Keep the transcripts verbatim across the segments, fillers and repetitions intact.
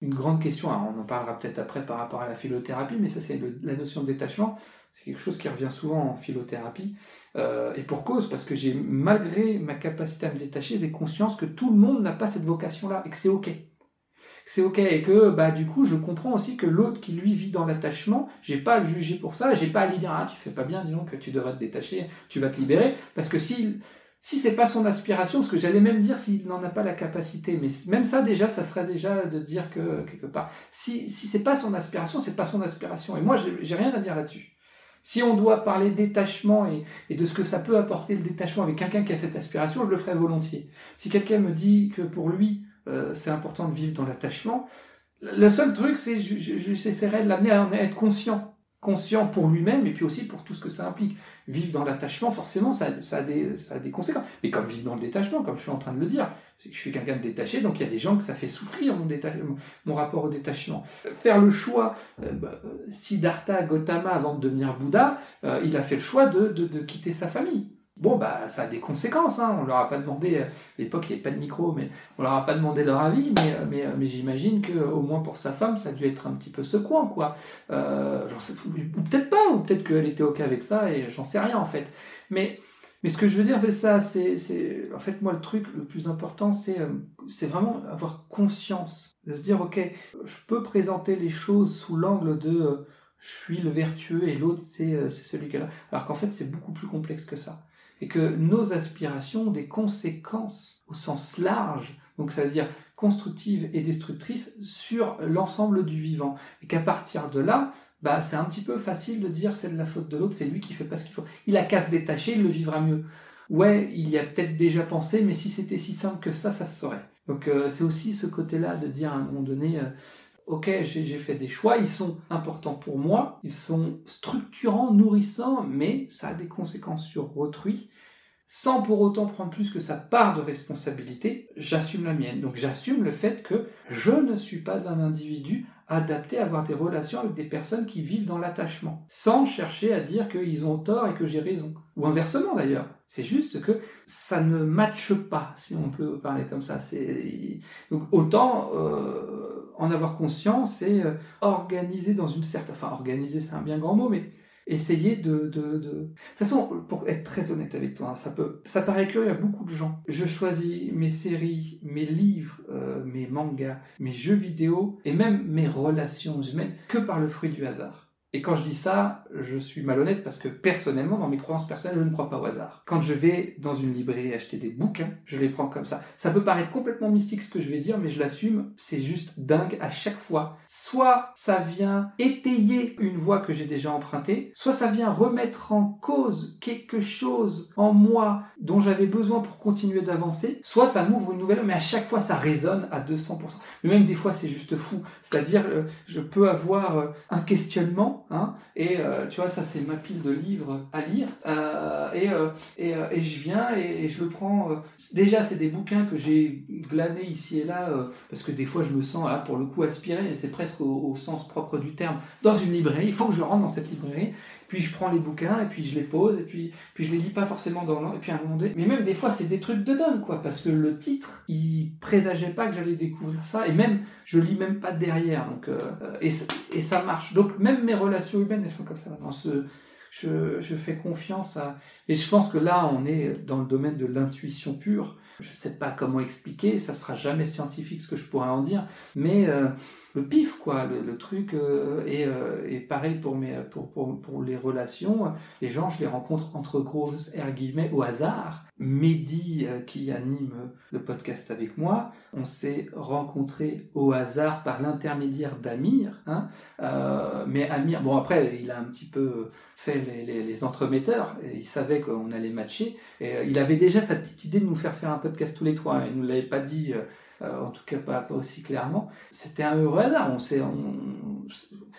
une grande question, alors on en parlera peut-être après par rapport à la philothérapie, mais ça c'est le, la notion de détachement, c'est quelque chose qui revient souvent en philothérapie, euh, et pour cause, parce que j'ai, malgré ma capacité à me détacher, j'ai conscience que tout le monde n'a pas cette vocation-là, et que c'est ok. C'est ok, et que bah du coup je comprends aussi que l'autre qui lui vit dans l'attachement, j'ai pas à le juger pour ça, j'ai pas à lui dire ah tu fais pas bien, dis donc que tu devrais te détacher, tu vas te libérer, parce que si si c'est pas son aspiration, parce que j'allais même dire s'il n'en a pas la capacité, mais même ça déjà ça serait déjà de dire que quelque part si si c'est pas son aspiration, c'est pas son aspiration, et moi j'ai, j'ai rien à dire là-dessus. Si on doit parler détachement et, et de ce que ça peut apporter le détachement avec quelqu'un qui a cette aspiration, je le ferai volontiers. Si quelqu'un me dit que pour lui Euh, c'est important de vivre dans l'attachement. Le seul truc, c'est je, je, j'essaierai de l'amener à être conscient. Conscient pour lui-même et puis aussi pour tout ce que ça implique. Vivre dans l'attachement, forcément, ça a, ça a, des, ça a des conséquences. Mais comme vivre dans le détachement, comme je suis en train de le dire, c'est que je suis quelqu'un de détaché, donc il y a des gens que ça fait souffrir, mon, déta- mon rapport au détachement. Faire le choix, euh, bah, Siddhartha Gautama, avant de devenir Bouddha, euh, il a fait le choix de, de, de quitter sa famille. Bon, bah, ça a des conséquences, hein. On leur a pas demandé, à l'époque il n'y avait pas de micro, mais on leur a pas demandé leur avis, mais, mais, mais j'imagine qu'au moins pour sa femme, ça a dû être un petit peu secouant, quoi. Euh, j'en sais, ou peut-être pas, ou peut-être qu'elle était ok avec ça, et j'en sais rien, en fait. Mais, mais ce que je veux dire, c'est ça, c'est, c'est, en fait, moi, le truc le plus important, c'est, c'est vraiment avoir conscience, de se dire, ok, je peux présenter les choses sous l'angle de, euh, je suis le vertueux, et l'autre, c'est, c'est celui qui est là. Alors qu'en fait, c'est beaucoup plus complexe que ça. Et que nos aspirations ont des conséquences au sens large, donc ça veut dire constructives et destructrices, sur l'ensemble du vivant. Et qu'à partir de là, bah, c'est un petit peu facile de dire c'est de la faute de l'autre, c'est lui qui fait pas ce qu'il faut. Il a qu'à se détacher, il le vivra mieux. Ouais, il y a peut-être déjà pensé, mais si c'était si simple que ça, ça se saurait. Donc euh, c'est aussi ce côté-là de dire à un moment donné... Euh, ok, j'ai, j'ai fait des choix, ils sont importants pour moi, ils sont structurants, nourrissants, mais ça a des conséquences sur autrui. Sans pour autant prendre plus que sa part de responsabilité, j'assume la mienne. Donc j'assume le fait que je ne suis pas un individu adapté à avoir des relations avec des personnes qui vivent dans l'attachement, sans chercher à dire qu'ils ont tort et que j'ai raison. Ou inversement d'ailleurs. C'est juste que ça ne matche pas, si on peut parler comme ça. C'est... Donc autant euh, en avoir conscience et euh, organiser dans une certaine... Enfin, organiser c'est un bien grand mot, mais essayer de, de, de... De toute façon, pour être très honnête avec toi, hein, ça peut, ça paraît curieux à beaucoup de gens. Je choisis mes séries, mes livres, euh, mes mangas, mes jeux vidéo et même mes relations humaines que par le fruit du hasard. Et quand je dis ça, je suis malhonnête parce que personnellement, dans mes croyances personnelles, je ne crois pas au hasard. Quand je vais dans une librairie acheter des bouquins, je les prends comme ça. Ça peut paraître complètement mystique ce que je vais dire, mais je l'assume, c'est juste dingue à chaque fois. Soit ça vient étayer une voie que j'ai déjà empruntée, soit ça vient remettre en cause quelque chose en moi dont j'avais besoin pour continuer d'avancer, soit ça m'ouvre une nouvelle, mais à chaque fois ça résonne à deux cents pour cent. Mais même des fois c'est juste fou. C'est-à-dire, euh, je peux avoir euh, un questionnement, Hein, et euh, tu vois, ça c'est ma pile de livres à lire, euh, et, euh, et, euh, et je viens et, et je le prends. Euh, déjà, c'est des bouquins que j'ai glanés ici et là, euh, parce que des fois je me sens, là, pour le coup, aspiré, et c'est presque au, au sens propre du terme, dans une librairie. Il faut que je rentre dans cette librairie, puis je prends les bouquins, et puis je les pose, et puis, puis je les lis pas forcément dans l'an, et puis à un moment donné. Mais même des fois, c'est des trucs de dingue, quoi, parce que le titre, il présageait pas que j'allais découvrir ça, et même, je lis même pas derrière, donc, euh, et, et ça marche. Donc, même mes relations humaines, elles sont comme ça maintenant. Ce, je, je fais confiance à... Et je pense que là, on est dans le domaine de l'intuition pure. Je sais pas comment expliquer, ça sera jamais scientifique ce que je pourrais en dire, mais euh, le pif, quoi, le, le truc, euh, et, euh, et pareil pour, mes, pour, pour, pour les relations, les gens, je les rencontre entre grosses R guillemets au hasard. Mehdi, euh, qui anime le podcast avec moi, on s'est rencontrés au hasard par l'intermédiaire d'Amir, hein, euh, mais Amir, bon après, il a un petit peu fait les, les, les entremetteurs, et il savait qu'on allait matcher, et euh, il avait déjà sa petite idée de nous faire faire un podcast tous les trois, hein, il ne nous l'avait pas dit, euh, en tout cas pas, pas aussi clairement, c'était un heureux hasard, on s'est... On,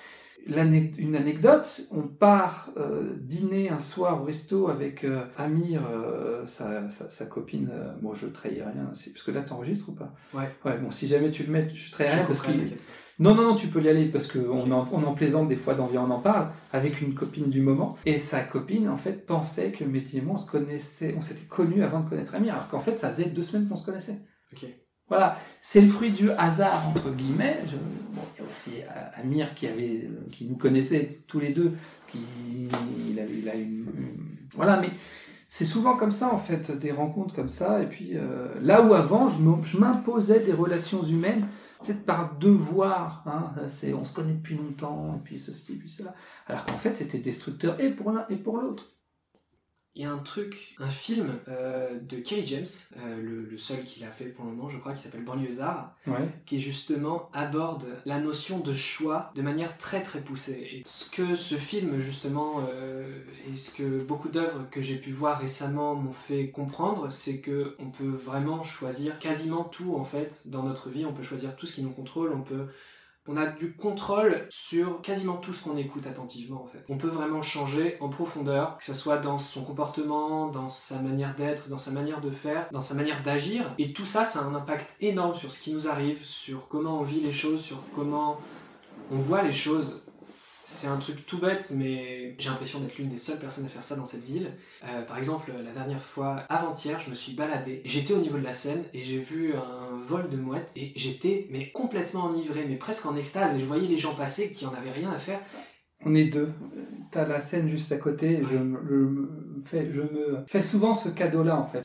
une anecdote, on part euh, dîner un soir au resto avec euh, Amir, euh, sa, sa, sa copine, euh, bon je trahis rien, c'est, parce que là t'enregistres ou pas ? Ouais. Ouais, bon si jamais tu le mets, je trahis rien parce que... T'inquiète. Non, non, non, tu peux y aller parce qu'on okay. en, on en plaisante des fois dans Viens, on en parle, avec une copine du moment, et sa copine en fait pensait que Mehdi et moi on se connaissait, on s'était connus avant de connaître Amir, alors qu'en fait ça faisait deux semaines qu'on se connaissait. Ok. Voilà, c'est le fruit du hasard, entre guillemets. Je, bon, il y a aussi Amir qui, avait, qui nous connaissait tous les deux, qui il a, il a une, une... Voilà, mais c'est souvent comme ça, en fait, des rencontres comme ça. Et puis, euh, là où avant, je m'imposais des relations humaines, peut-être par devoir. Hein, c'est, on se connaît depuis longtemps, et puis ceci, et puis cela. Alors qu'en fait, c'était destructeur et pour l'un et pour l'autre. Il y a un truc, un film euh, de Kerry James, euh, le, le seul qu'il a fait pour le moment, je crois, qui s'appelle Banlieusard, ouais. qui justement aborde la notion de choix de manière très très poussée. Et ce que ce film justement, euh, et ce que beaucoup d'œuvres que j'ai pu voir récemment m'ont fait comprendre, c'est que on peut vraiment choisir quasiment tout en fait dans notre vie. On peut choisir tout ce qui nous contrôle, on peut on a du contrôle sur quasiment tout ce qu'on écoute attentivement, en fait. On peut vraiment changer en profondeur, que ce soit dans son comportement, dans sa manière d'être, dans sa manière de faire, dans sa manière d'agir. Et tout ça, ça a un impact énorme sur ce qui nous arrive, sur comment on vit les choses, sur comment on voit les choses. C'est un truc tout bête, mais j'ai l'impression d'être l'une des seules personnes à faire ça dans cette ville. Euh, par exemple, la dernière fois, avant-hier, je me suis baladé. J'étais au niveau de la Seine et j'ai vu un vol de mouettes et j'étais mais complètement enivré, mais presque en extase. Et je voyais les gens passer qui en avaient rien à faire. On est deux. T'as la Seine juste à côté. Je, me- je me fais, je me fais souvent ce cadeau-là, en fait.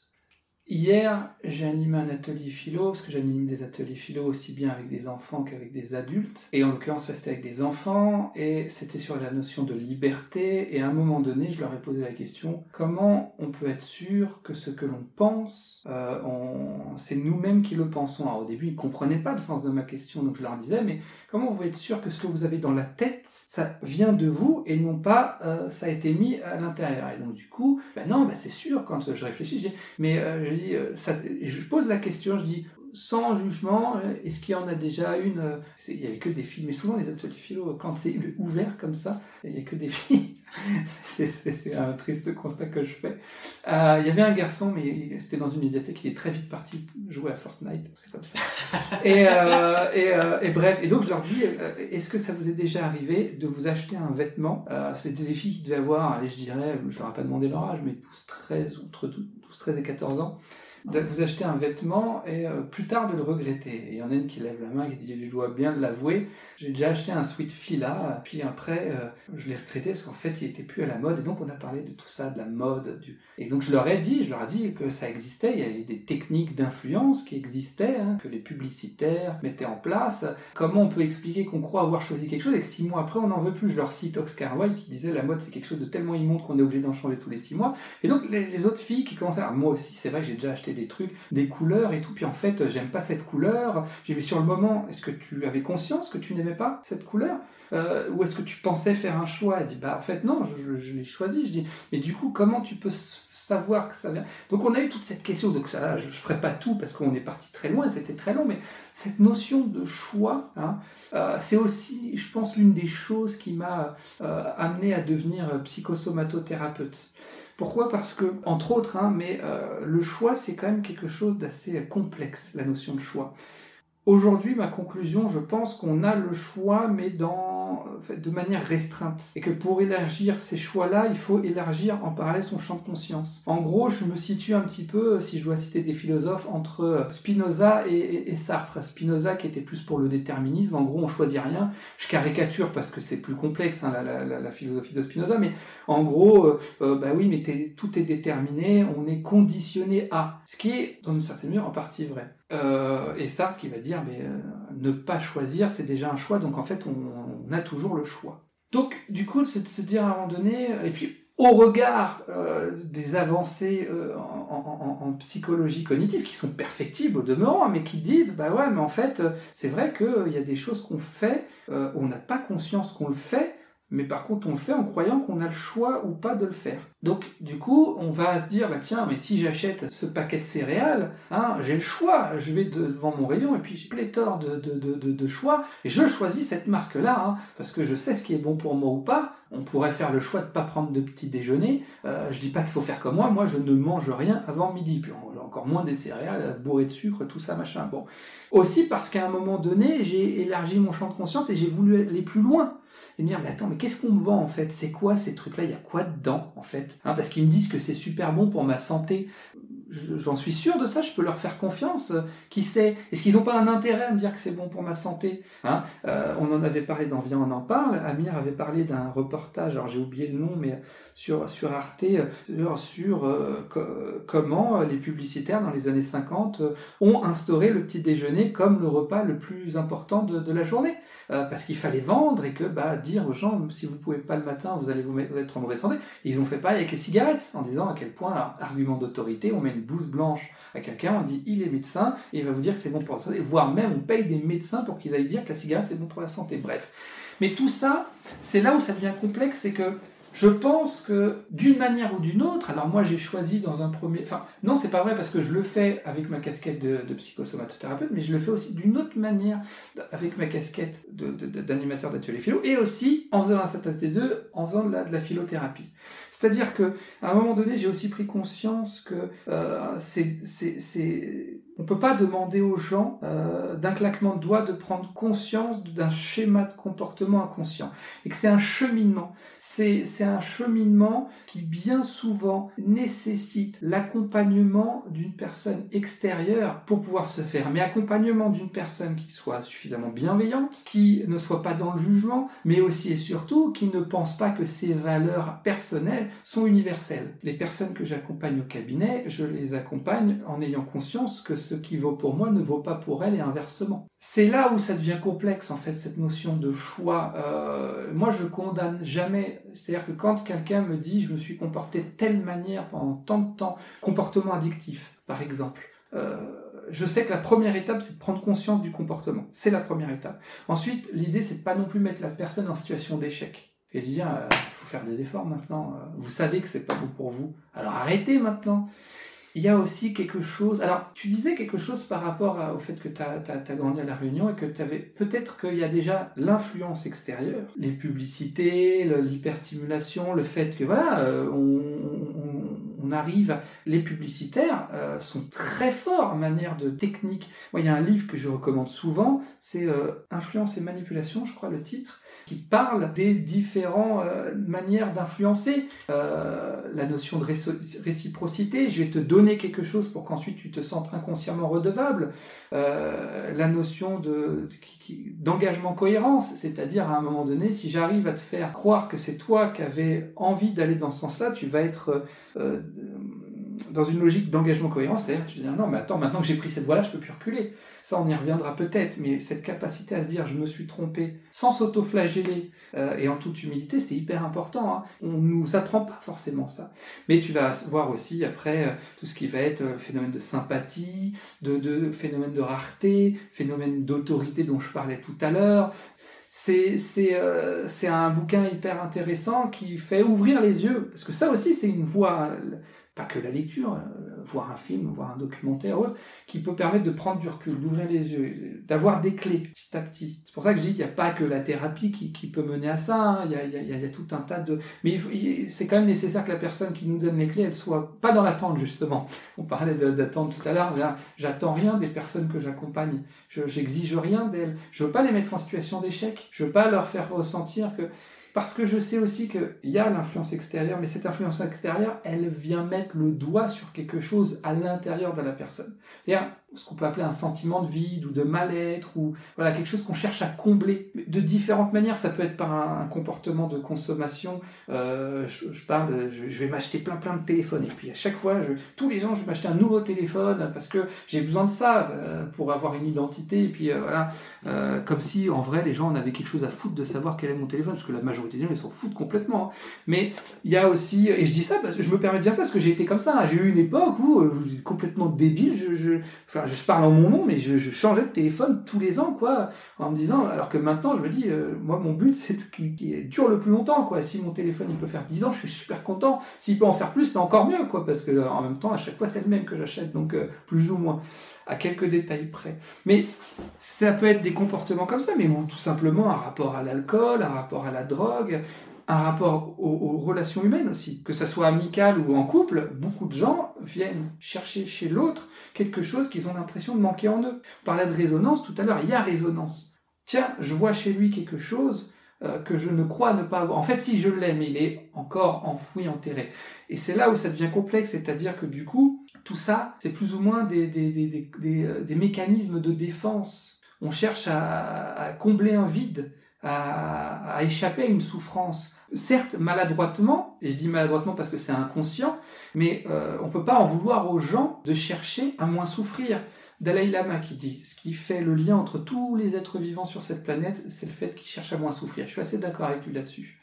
Hier, j'ai animé un atelier philo, parce que j'anime des ateliers philo aussi bien avec des enfants qu'avec des adultes. Et en l'occurrence, c'était avec des enfants, et c'était sur la notion de liberté. Et à un moment donné, je leur ai posé la question, comment on peut être sûr que ce que l'on pense, euh, on... c'est nous-mêmes qui le pensons? Alors au début, ils ne comprenaient pas le sens de ma question, donc je leur disais, mais comment vous pouvez être sûr que ce que vous avez dans la tête, ça vient de vous, et non pas euh, ça a été mis à l'intérieur? Et donc du coup, ben non, ben c'est sûr, quand je réfléchis, je dis, mais euh, je dis, euh, ça, je pose la question, je dis, sans jugement, euh, est-ce qu'il y en a déjà une euh, c'est, il n'y avait que des filles, mais souvent les ateliers philo, quand c'est ouvert comme ça, il n'y a que des filles. c'est, c'est, c'est un triste constat que je fais. Euh, il y avait un garçon, mais il, c'était dans une médiathèque, il est très vite parti jouer à Fortnite, donc c'est comme ça. et, euh, et, euh, et bref, et donc je leur dis, euh, est-ce que ça vous est déjà arrivé de vous acheter un vêtement? euh, C'était des filles qui devaient avoir, allez, je dirais, je leur ai pas demandé leur âge, mais douze, treize, entre douze, treize et quatorze ans, de vous acheter un vêtement et euh, plus tard de le regretter. Et il y en a une qui lève la main et qui dit, je dois bien l'avouer, j'ai déjà acheté un sweat Fila, puis après euh, je l'ai regretté parce qu'en fait il était plus à la mode, et donc on a parlé de tout ça, de la mode, du... et donc je leur ai dit, je leur ai dit que ça existait, il y avait des techniques d'influence qui existaient, hein, que les publicitaires mettaient en place. Comment on peut expliquer qu'on croit avoir choisi quelque chose et que six mois après on n'en veut plus? Je leur cite Oscar Wilde qui disait, la mode c'est quelque chose de tellement immonde qu'on est obligé d'en changer tous les six mois. Et donc les, les autres filles qui commençaient à... Moi aussi, c'est vrai que j'ai déjà acheté des trucs, des couleurs et tout, puis en fait j'aime pas cette couleur. J'ai dit, mais sur le moment, est-ce que tu avais conscience que tu n'aimais pas cette couleur, euh, ou est-ce que tu pensais faire un choix? Elle dit, bah en fait non, je, je, je l'ai choisi. Je dis, mais du coup comment tu peux savoir que ça vient? Donc on a eu toute cette question, donc ça, je, je ferai pas tout parce qu'on est parti très loin, c'était très long, mais cette notion de choix, hein, euh, c'est aussi, je pense, l'une des choses qui m'a euh, amené à devenir psychosomatothérapeute. Pourquoi? Parce que, entre autres, hein, mais euh, le choix, c'est quand même quelque chose d'assez complexe, la notion de choix. Aujourd'hui, ma conclusion, je pense qu'on a le choix, mais dans, en fait, de manière restreinte. Et que pour élargir ces choix-là, il faut élargir en parallèle son champ de conscience. En gros, je me situe un petit peu, si je dois citer des philosophes, entre Spinoza et, et, et Sartre. Spinoza qui était plus pour le déterminisme, en gros on choisit rien. Je caricature parce que c'est plus complexe, hein, la, la, la philosophie de Spinoza, mais en gros, euh, euh, bah oui, mais t'es, tout est déterminé, on est conditionné à. Ce qui est, dans une certaine mesure, en partie vrai. Euh, et Sartre qui va dire, mais euh, ne pas choisir, c'est déjà un choix, donc en fait, on, on a toujours le choix. Donc, du coup, c'est de se dire à un moment donné, et puis au regard euh, des avancées euh, en, en, en psychologie cognitive, qui sont perfectibles au demeurant, mais qui disent, bah ouais, mais en fait, euh, c'est vrai qu'il euh, y a des choses qu'on fait, euh, on n'a pas conscience qu'on le fait, mais par contre on le fait en croyant qu'on a le choix ou pas de le faire. Donc du coup on va se dire, bah tiens, mais si j'achète ce paquet de céréales, hein, j'ai le choix, je vais devant mon rayon et puis j'ai pléthore de, de, de, de, de choix, et je choisis cette marque-là, hein, parce que je sais ce qui est bon pour moi ou pas. On pourrait faire le choix de ne pas prendre de petit déjeuner, euh, je dis pas qu'il faut faire comme moi, moi je ne mange rien avant midi, puis encore moins des céréales bourrées de sucre, tout ça, machin. Bon. Aussi parce qu'à un moment donné, j'ai élargi mon champ de conscience et j'ai voulu aller plus loin. Et me dire, mais attends, mais qu'est-ce qu'on me vend en fait? C'est quoi ces trucs-là? Il y a quoi dedans en fait, hein, parce qu'ils me disent que c'est super bon pour ma santé. j'en suis sûr de ça, je peux leur faire confiance. Qui sait? Est-ce qu'ils n'ont pas un intérêt à me dire que c'est bon pour ma santé, hein? euh, On en avait parlé dans Viens, on en parle. Amir avait parlé d'un reportage, alors j'ai oublié le nom, mais sur, sur Arte, sur, sur euh, co- comment les publicitaires dans les années cinquante euh, ont instauré le petit déjeuner comme le repas le plus important de, de la journée. Euh, parce qu'il fallait vendre et que bah, dire aux gens, si vous ne pouvez pas le matin, vous allez vous mettre, être en mauvaise santé. Et ils ont fait pareil avec les cigarettes, en disant à quel point, alors, argument d'autorité, on met une blouse blanche à quelqu'un, on dit il est médecin, et il va vous dire que c'est bon pour la santé, voire même on paye des médecins pour qu'ils aillent dire que la cigarette c'est bon pour la santé. Bref. Mais tout ça, c'est là où ça devient complexe, c'est que je pense que d'une manière ou d'une autre, alors moi j'ai choisi dans un premier... Enfin, non, c'est pas vrai parce que je le fais avec ma casquette de, de psychosomatothérapeute, mais je le fais aussi d'une autre manière avec ma casquette de, de, de, d'animateur d'atelier philo et aussi en faisant la synthèse des deux, en faisant de la, de la philothérapie. C'est-à-dire qu'à un moment donné, j'ai aussi pris conscience que euh, c'est, c'est, c'est... on ne peut pas demander aux gens euh, d'un claquement de doigts de prendre conscience d'un schéma de comportement inconscient et que c'est un cheminement. C'est, c'est un cheminement qui bien souvent nécessite l'accompagnement d'une personne extérieure pour pouvoir se faire. Mais accompagnement d'une personne qui soit suffisamment bienveillante, qui ne soit pas dans le jugement, mais aussi et surtout qui ne pense pas que ses valeurs personnelles sont universelles. Les personnes que j'accompagne au cabinet, je les accompagne en ayant conscience que ce qui vaut pour moi ne vaut pas pour elles et inversement. C'est là où ça devient complexe en fait, cette notion de choix. Euh, moi je condamne jamais, c'est-à-dire que quand quelqu'un me dit je me suis comporté de telle manière pendant tant de temps, comportement addictif par exemple, euh, je sais que la première étape c'est de prendre conscience du comportement, c'est la première étape. Ensuite l'idée c'est de pas non plus mettre la personne en situation d'échec. Et de dire, il euh, faut faire des efforts maintenant, vous savez que c'est pas bon pour vous, alors arrêtez maintenant. Il y a aussi quelque chose... Alors, tu disais quelque chose par rapport à, au fait que tu as grandi à La Réunion et que tu avais... Peut-être qu'il y a déjà l'influence extérieure, les publicités, l'hyperstimulation, le fait que, voilà, euh, on, on, on arrive... Les publicitaires euh, sont très forts en manière de technique. Moi, il y a un livre que je recommande souvent, c'est euh, Influence et manipulation, je crois, le titre, qui parle des différentes euh, manières d'influencer. Euh, la notion de réciprocité, je vais te donner quelque chose pour qu'ensuite tu te sentes inconsciemment redevable. Euh, la notion de, de, d'engagement cohérence, c'est-à-dire à un moment donné, si j'arrive à te faire croire que c'est toi qui avais envie d'aller dans ce sens-là, tu vas être... Euh, dans une logique d'engagement cohérent, c'est-à-dire tu dis non mais attends, maintenant que j'ai pris cette voie-là, je peux plus reculer. Ça on y reviendra peut-être, mais cette capacité à se dire je me suis trompé sans s'auto-flageller euh, et en toute humilité, c'est hyper important. Hein. On nous apprend pas forcément ça. Mais tu vas voir aussi après euh, tout ce qui va être euh, phénomène de sympathie, de, de phénomène de rareté, phénomène d'autorité dont je parlais tout à l'heure. C'est, c'est, euh, c'est un bouquin hyper intéressant qui fait ouvrir les yeux, parce que ça aussi c'est une voie, pas que la lecture, euh, voir un film, voir un documentaire ou autre, qui peut permettre de prendre du recul, d'ouvrir les yeux, d'avoir des clés petit à petit. C'est pour ça que je dis qu'il n'y a pas que la thérapie qui, qui peut mener à ça, hein. il, y a, il, y a, il y a tout un tas de... Mais il faut, il, c'est quand même nécessaire que la personne qui nous donne les clés, elle soit pas dans l'attente justement. On parlait de, d'attente tout à l'heure, j'attends rien des personnes que j'accompagne, je, j'exige rien d'elles, je veux pas les mettre en situation d'échec, je veux pas leur faire ressentir que... Parce que je sais aussi qu'il y a l'influence extérieure, mais cette influence extérieure, elle vient mettre le doigt sur quelque chose à l'intérieur de la personne. C'est-à-dire ce qu'on peut appeler un sentiment de vide ou de mal-être, ou voilà, quelque chose qu'on cherche à combler de différentes manières. Ça peut être par un, un comportement de consommation. Euh, je, je parle, je, je vais m'acheter plein plein de téléphones, et puis à chaque fois, je, tous les ans, je vais m'acheter un nouveau téléphone parce que j'ai besoin de ça euh, pour avoir une identité. Et puis euh, voilà, euh, comme si en vrai, les gens en avaient quelque chose à foutre de savoir quel est mon téléphone, parce que la majorité des gens, ils s'en foutent complètement. Hein. Mais il y a aussi, et je dis ça parce que je me permets de dire ça parce que j'ai été comme ça. Hein. J'ai eu une époque où euh, j'étais complètement débile. Je, je, enfin, je parle en mon nom, mais je, je changeais de téléphone tous les ans, quoi, en me disant, alors que maintenant, je me dis, euh, moi, mon but, c'est qu'il dure le plus longtemps, quoi. Si mon téléphone, il peut faire dix ans, je suis super content. S'il peut en faire plus, c'est encore mieux, quoi, parce que, en même temps, à chaque fois, c'est le même que j'achète, donc, euh, plus ou moins, à quelques détails près. Mais ça peut être des comportements comme ça, mais ou tout simplement un rapport à l'alcool, un rapport à la drogue, un rapport aux, aux relations humaines aussi, que ça soit amical ou en couple, beaucoup de gens viennent chercher chez l'autre quelque chose qu'ils ont l'impression de manquer en eux. On parlait de résonance tout à l'heure, il y a résonance. Tiens, je vois chez lui quelque chose euh, que je ne crois ne pas avoir. En fait, si, je l'aime, il est encore enfoui, enterré. Et c'est là où ça devient complexe, c'est-à-dire que du coup, tout ça, c'est plus ou moins des, des, des, des, des, des mécanismes de défense. On cherche à, à combler un vide, à, à échapper à une souffrance. Certes, maladroitement, et je dis maladroitement parce que c'est inconscient, mais euh, on ne peut pas en vouloir aux gens de chercher à moins souffrir. Dalai Lama qui dit, ce qui fait le lien entre tous les êtres vivants sur cette planète, c'est le fait qu'ils cherchent à moins souffrir. Je suis assez d'accord avec lui là-dessus.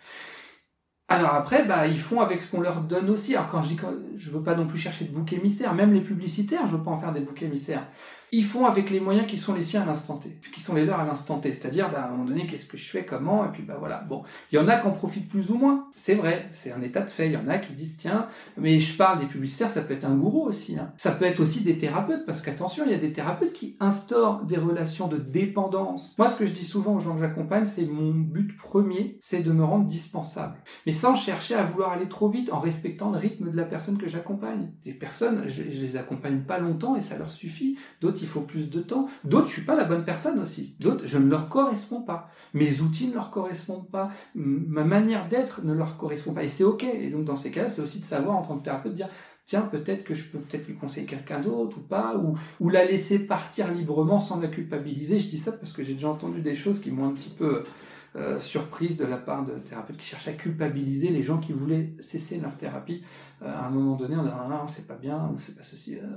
Alors après, bah, ils font avec ce qu'on leur donne aussi. Alors quand je dis que je ne veux pas non plus chercher de boucs émissaires, même les publicitaires, je ne veux pas en faire des boucs émissaires. Ils font avec les moyens qui sont les siens à l'instant T, qui sont les leurs à l'instant T. C'est-à-dire, bah, à un moment donné, qu'est-ce que je fais, comment, et puis bah voilà. Bon, il y en a qui en profitent plus ou moins. C'est vrai, c'est un état de fait. Il y en a qui se disent, tiens, mais je parle des publicitaires, ça peut être un gourou aussi. Hein. Ça peut être aussi des thérapeutes, parce qu'attention, il y a des thérapeutes qui instaurent des relations de dépendance. Moi, ce que je dis souvent aux gens que j'accompagne, c'est mon but premier, c'est de me rendre dispensable. Mais sans chercher à vouloir aller trop vite, en respectant le rythme de la personne que j'accompagne. Des personnes, je, je les accompagne pas longtemps et ça leur suffit. D'autres, il faut plus de temps. D'autres, je suis pas la bonne personne aussi. D'autres, je ne leur corresponds pas. Mes outils ne leur correspondent pas. Ma manière d'être ne leur correspond pas. Et c'est ok. Et donc, dans ces cas-là, c'est aussi de savoir, en tant que thérapeute, dire tiens, peut-être que je peux peut-être lui conseiller quelqu'un d'autre ou pas, ou, ou la laisser partir librement sans la culpabiliser. Je dis ça parce que j'ai déjà entendu des choses qui m'ont un petit peu euh, surprise de la part de thérapeutes qui cherchaient à culpabiliser les gens qui voulaient cesser leur thérapie. Euh, à un moment donné, on dit ah, c'est pas bien, ou c'est pas ceci... Euh...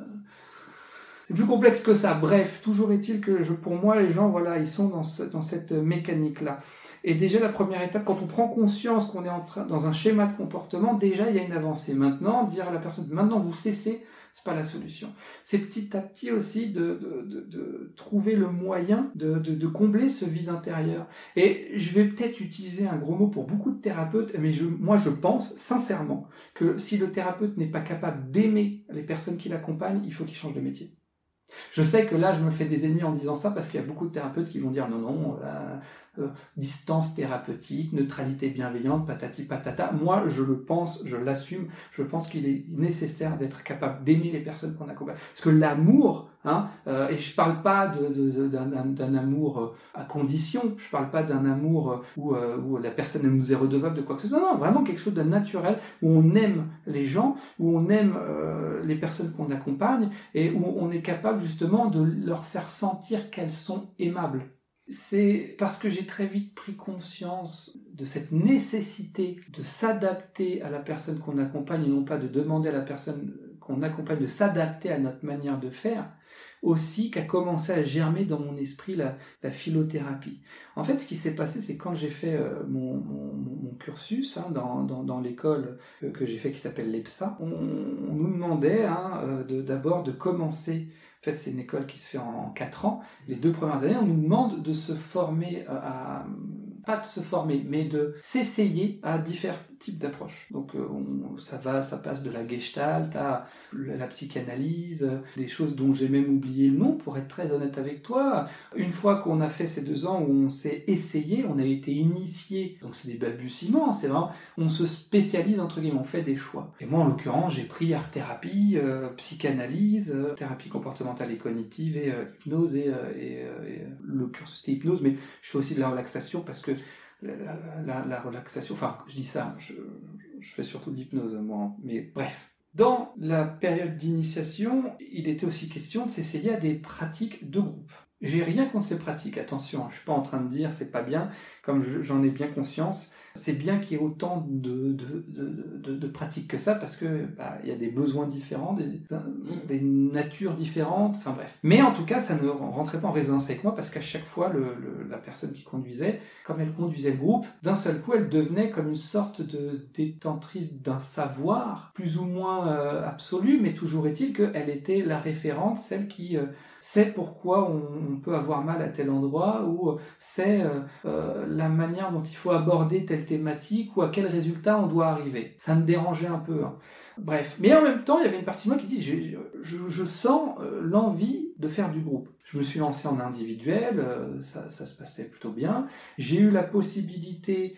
C'est plus complexe que ça. Bref, toujours est-il que je, pour moi, les gens, voilà, ils sont dans, ce, dans cette mécanique-là. Et déjà, la première étape, quand on prend conscience qu'on est en train, dans un schéma de comportement, déjà, il y a une avancée. Maintenant, dire à la personne, maintenant, vous cessez, c'est pas la solution. C'est petit à petit aussi de, de, de, de trouver le moyen de, de, de combler ce vide intérieur. Et je vais peut-être utiliser un gros mot pour beaucoup de thérapeutes, mais je, moi, je pense sincèrement que si le thérapeute n'est pas capable d'aimer les personnes qui l'accompagnent, il faut qu'il change de métier. Je sais que là, je me fais des ennemis en disant ça parce qu'il y a beaucoup de thérapeutes qui vont dire non, non, euh, euh, distance thérapeutique, neutralité bienveillante, patati patata. Moi, je le pense, je l'assume, je pense qu'il est nécessaire d'être capable d'aimer les personnes qu'on accompagne. Parce que l'amour, hein, euh, et je parle pas de, de, de, d'un, d'un amour à condition, je parle pas d'un amour où, euh, où la personne nous est redevable de quoi que ce soit, non, non, vraiment quelque chose de naturel, où on aime les gens, où on aime euh, les personnes qu'on accompagne, et où on est capable justement de leur faire sentir qu'elles sont aimables. C'est parce que j'ai très vite pris conscience de cette nécessité de s'adapter à la personne qu'on accompagne et non pas de demander à la personne qu'on accompagne de s'adapter à notre manière de faire, aussi qu'a commencé à germer dans mon esprit la, la philothérapie. En fait, ce qui s'est passé, c'est quand j'ai fait euh, mon, mon, mon cursus hein, dans, dans, dans l'école que, que j'ai fait qui s'appelle l'EPSA, on, on nous demandait hein, de, d'abord de commencer. En fait, c'est une école qui se fait en quatre ans. Les deux premières années, on nous demande de se former à... pas de se former, mais de s'essayer à différents types d'approches. Donc euh, on, ça va, ça passe de la gestalt à la psychanalyse, des choses dont j'ai même oublié le nom, pour être très honnête avec toi. Une fois qu'on a fait ces deux ans où on s'est essayé, on a été initié, donc c'est des balbutiements, c'est vraiment, on se spécialise entre guillemets, on fait des choix. Et moi en l'occurrence, j'ai pris art-thérapie, euh, psychanalyse, euh, thérapie comportementale et cognitive et euh, hypnose et, euh, et, euh, et le cursus c'était hypnose, mais je fais aussi de la relaxation parce que La, la, la relaxation, enfin je dis ça, je, je fais surtout de l'hypnose moi, mais bref. Dans la période d'initiation, il était aussi question de s'essayer à des pratiques de groupe. J'ai rien contre ces pratiques, attention, je suis pas en train de dire c'est pas bien, comme je, j'en ai bien conscience, c'est bien qu'il y ait autant de, de, de, de, de pratiques que ça, parce que bah, y a des besoins différents, des, des natures différentes, enfin bref. Mais en tout cas, ça ne rentrait pas en résonance avec moi, parce qu'à chaque fois, le, le, la personne qui conduisait, comme elle conduisait le groupe, d'un seul coup, elle devenait comme une sorte de détentrice d'un savoir, plus ou moins euh, absolu, mais toujours est-il qu'elle était la référente, celle qui... Euh, c'est pourquoi on, on peut avoir mal à tel endroit, ou c'est euh, euh, la manière dont il faut aborder telle thématique, ou à quel résultat on doit arriver. Ça me dérangeait un peu. Hein. Bref. Mais en même temps, il y avait une partie de moi qui dit, je, je, je sens euh, l'envie de faire du groupe. Je me suis lancé en individuel, euh, ça, ça se passait plutôt bien. J'ai eu la possibilité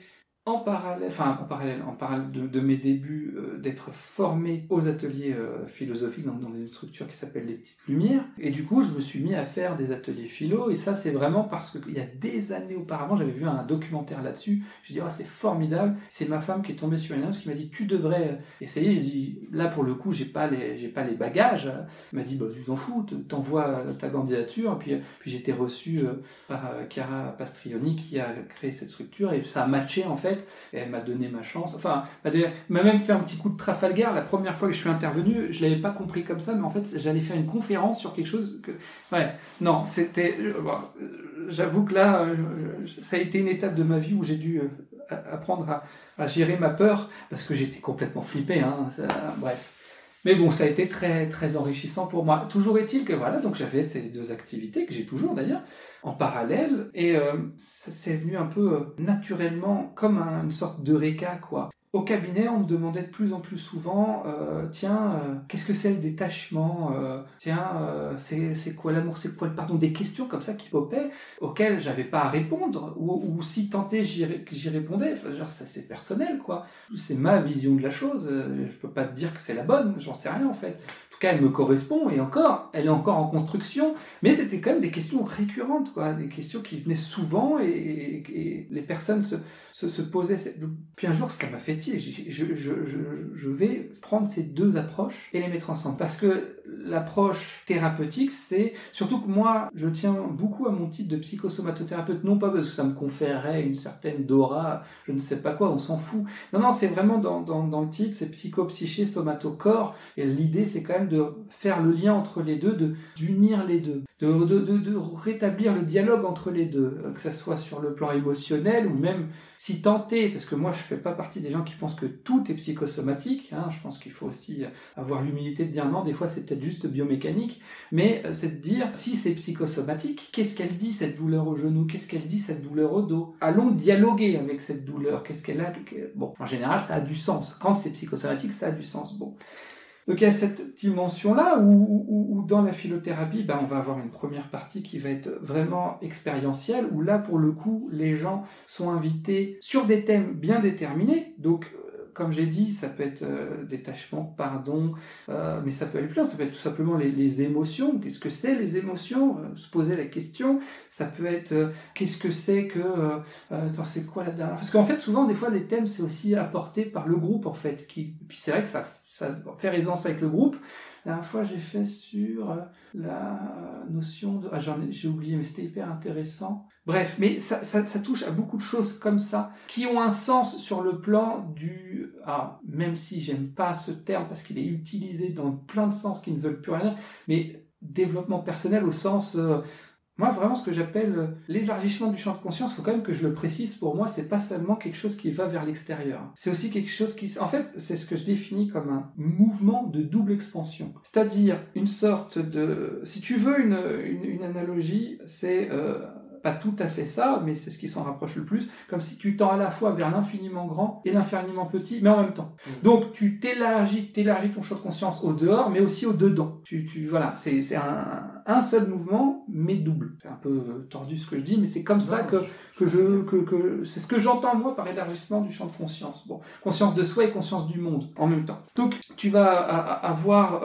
en parallèle, enfin en parallèle, en parallèle de, de mes débuts, euh, d'être formé aux ateliers euh, philosophiques, donc dans une structure qui s'appelle les Petites Lumières. Et du coup, je me suis mis à faire des ateliers philo, et ça, c'est vraiment parce qu'il y a des années auparavant, j'avais vu un documentaire là-dessus. J'ai dit, oh, c'est formidable. C'est ma femme qui est tombée sur une annonce qui m'a dit, tu devrais essayer. J'ai dit, là, pour le coup, j'ai pas les, j'ai pas les bagages. Elle m'a dit, bah, tu t'en fous, t'envoies ta candidature. Et puis, puis j'ai été reçu euh, par euh, Chiara Pastrioni qui a créé cette structure, et ça a matché en fait. Et elle m'a donné ma chance. Enfin, elle m'a même fait un petit coup de Trafalgar. La première fois que je suis intervenu, je l'avais pas compris comme ça, mais en fait, j'allais faire une conférence sur quelque chose que. Ouais, non, c'était. Bon, j'avoue que là, ça a été une étape de ma vie où j'ai dû apprendre à, à gérer ma peur, parce que j'étais complètement flippé. Hein, ça, bref. Mais bon, ça a été très, très enrichissant pour moi. Toujours est-il que voilà, donc j'avais ces deux activités, que j'ai toujours d'ailleurs, en parallèle, et euh, ça s'est venu un peu euh, naturellement, comme un, une sorte d'eureka, quoi. Au cabinet, on me demandait de plus en plus souvent, euh, tiens, euh, qu'est-ce que c'est le détachement euh, Tiens, euh, c'est, c'est quoi l'amour, c'est quoi le pardon? Des questions comme ça qui popaient, auxquelles j'avais pas à répondre, ou, ou si tenté j'y, j'y répondais. Enfin, genre, ça c'est personnel, quoi. C'est ma vision de la chose. Euh, je peux pas te dire que c'est la bonne, j'en sais rien en fait. En tout cas, elle me correspond, et encore, elle est encore en construction. Mais c'était quand même des questions récurrentes, quoi, des questions qui venaient souvent, et, et, et les personnes se, se, se posaient. Cette... Puis un jour, ça m'a fait tirer. Je, je, je, je vais prendre ces deux approches et les mettre ensemble. Parce que l'approche thérapeutique, c'est surtout que moi, je tiens beaucoup à mon titre de psychosomatothérapeute, non pas parce que ça me conférerait une certaine aura, je ne sais pas quoi, on s'en fout. Non, non, c'est vraiment dans, dans, dans le titre, c'est psycho-psyché, somato-corps. Et l'idée, c'est quand même de faire le lien entre les deux, de, d'unir les deux, de, de, de, de rétablir le dialogue entre les deux, que ça soit sur le plan émotionnel ou même si tenté, parce que moi, je ne fais pas partie des gens qui pensent que tout est psychosomatique. Hein, je pense qu'il faut aussi avoir l'humilité de dire non, des fois, c'est peut-être juste biomécanique, mais c'est de dire, si c'est psychosomatique, qu'est-ce qu'elle dit cette douleur au genou? Qu'est-ce qu'elle dit cette douleur au dos? Allons dialoguer avec cette douleur. Qu'est-ce qu'elle a? Bon, en général, ça a du sens. Quand c'est psychosomatique, ça a du sens. Bon. Donc il y a cette dimension-là où, où, où dans la philothérapie, ben, on va avoir une première partie qui va être vraiment expérientielle, où là, pour le coup, les gens sont invités sur des thèmes bien déterminés. Donc, comme j'ai dit, ça peut être euh, détachement, pardon, euh, mais ça peut aller plus loin, ça peut être tout simplement les, les émotions. Qu'est-ce que c'est les émotions? euh, Se poser la question. Ça peut être euh, qu'est-ce que c'est que... Euh, euh, attends, c'est quoi la dernière? Parce qu'en fait, souvent, des fois, les thèmes, c'est aussi apporté par le groupe, en fait. Qui... Puis c'est vrai que ça, ça fait résonance avec le groupe. La dernière fois, j'ai fait sur euh, la notion de... Ah, j'en ai, j'ai oublié, mais c'était hyper intéressant. Bref, mais ça, ça, ça touche à beaucoup de choses comme ça, qui ont un sens sur le plan du... Ah, même si j'aime pas ce terme, parce qu'il est utilisé dans plein de sens qui ne veulent plus rien dire, mais développement personnel au sens... Euh, moi, vraiment, ce que j'appelle l'élargissement du champ de conscience, il faut quand même que je le précise, pour moi, c'est pas seulement quelque chose qui va vers l'extérieur. C'est aussi quelque chose qui... En fait, c'est ce que je définis comme un mouvement de double expansion. C'est-à-dire une sorte de... Si tu veux une, une, une analogie, c'est... Euh, pas tout à fait ça, mais c'est ce qui s'en rapproche le plus, comme si tu tends à la fois vers l'infiniment grand et l'infiniment petit, mais en même temps. Mmh. Donc tu t'élargis, t'élargis ton champ de conscience au dehors, mais aussi au dedans. Tu, tu, voilà, c'est, c'est un, un seul mouvement, mais double. C'est un peu tordu ce que je dis, mais c'est comme non, ça que, je, que je, que, que, c'est ce que j'entends moi par élargissement du champ de conscience. Bon, conscience de soi et conscience du monde, en même temps. Donc tu vas avoir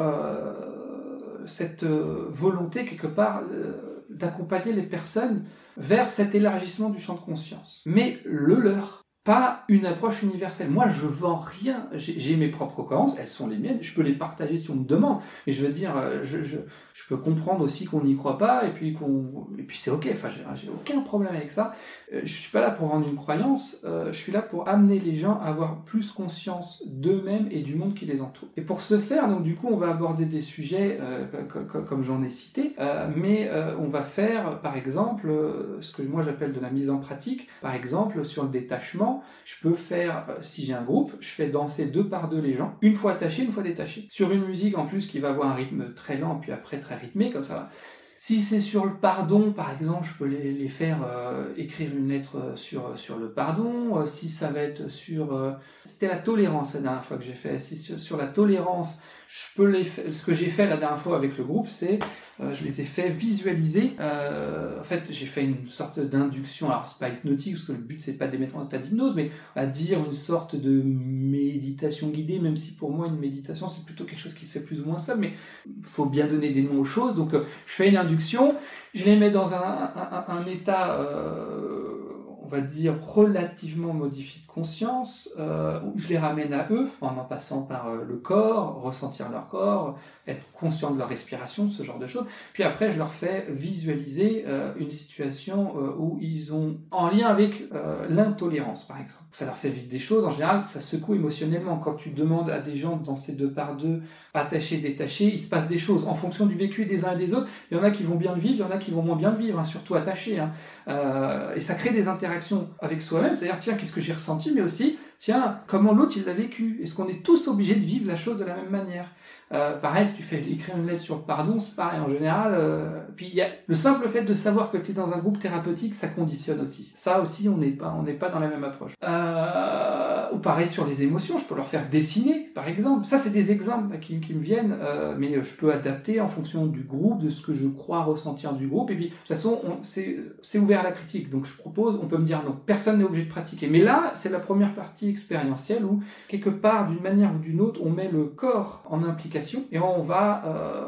euh, cette volonté, quelque part, euh, d'accompagner les personnes vers cet élargissement du champ de conscience. Mais le leur, pas une approche universelle. Moi, je vends rien. J'ai, j'ai mes propres croyances, elles sont les miennes. Je peux les partager si on me demande. Mais je veux dire, je, je, je peux comprendre aussi qu'on n'y croit pas, et puis qu'on, et puis c'est ok. Enfin, j'ai, j'ai aucun problème avec ça. Je suis pas là pour vendre une croyance. Je suis là pour amener les gens à avoir plus conscience d'eux-mêmes et du monde qui les entoure. Et pour ce faire, donc du coup, on va aborder des sujets euh, comme, comme j'en ai cité, euh, mais euh, on va faire, par exemple, ce que moi j'appelle de la mise en pratique. Par exemple, sur le détachement. Je peux faire, euh, si j'ai un groupe, je fais danser deux par deux les gens, une fois attachés, une fois détachés. Sur une musique en plus qui va avoir un rythme très lent, puis après très rythmé, comme ça. Si c'est sur le pardon, par exemple, je peux les, les faire euh, écrire une lettre sur, sur le pardon. Euh, si ça va être sur... Euh, c'était la tolérance la dernière fois que j'ai fait. Si sur, sur la tolérance, je peux les fa- ce que j'ai fait la dernière fois avec le groupe, c'est euh, je les ai fait visualiser. Euh, en fait, j'ai fait une sorte d'induction. Alors, c'est pas hypnotique, parce que le but, c'est pas de les mettre en état d'hypnose, mais à dire une sorte de méditation guidée, même si pour moi, une méditation, c'est plutôt quelque chose qui se fait plus ou moins seul, mais il faut bien donner des noms aux choses. Donc, euh, je fais une induction, je les mets dans un, un, un, un état... Euh, on va dire, relativement modifié de conscience, euh, où je les ramène à eux, en en passant par euh, le corps, ressentir leur corps, être conscient de leur respiration, ce genre de choses. Puis après, je leur fais visualiser euh, une situation euh, où ils ont, en lien avec euh, l'intolérance, par exemple. Ça leur fait vivre des choses, en général, ça secoue émotionnellement. Quand tu demandes à des gens dans ces deux par deux, attachés, détachés, il se passe des choses en fonction du vécu des uns et des autres. Il y en a qui vont bien le vivre, il y en a qui vont moins bien le vivre, hein, surtout attachés. Hein. Euh, et ça crée des interactions avec soi-même, c'est-à-dire, tiens, qu'est-ce que j'ai ressenti, mais aussi, tiens, comment l'autre il l'a vécu. Est-ce qu'on est tous obligés de vivre la chose de la même manière? Euh, pareil, si tu fais écrire une lettre sur le pardon, c'est pareil en général. Euh, puis il y a le simple fait de savoir que tu es dans un groupe thérapeutique, ça conditionne aussi. Ça aussi, on n'est pas, on n'est pas dans la même approche. Euh, ou pareil sur les émotions, je peux leur faire dessiner, par exemple. Ça, c'est des exemples là, qui, qui me viennent, euh, mais je peux adapter en fonction du groupe, de ce que je crois ressentir du groupe. Et puis, de toute façon, on, c'est, c'est ouvert à la critique. Donc, je propose, on peut me dire non, personne n'est obligé de pratiquer. Mais là, c'est la première partie expérientielle où, quelque part, d'une manière ou d'une autre, on met le corps en implication. Et on va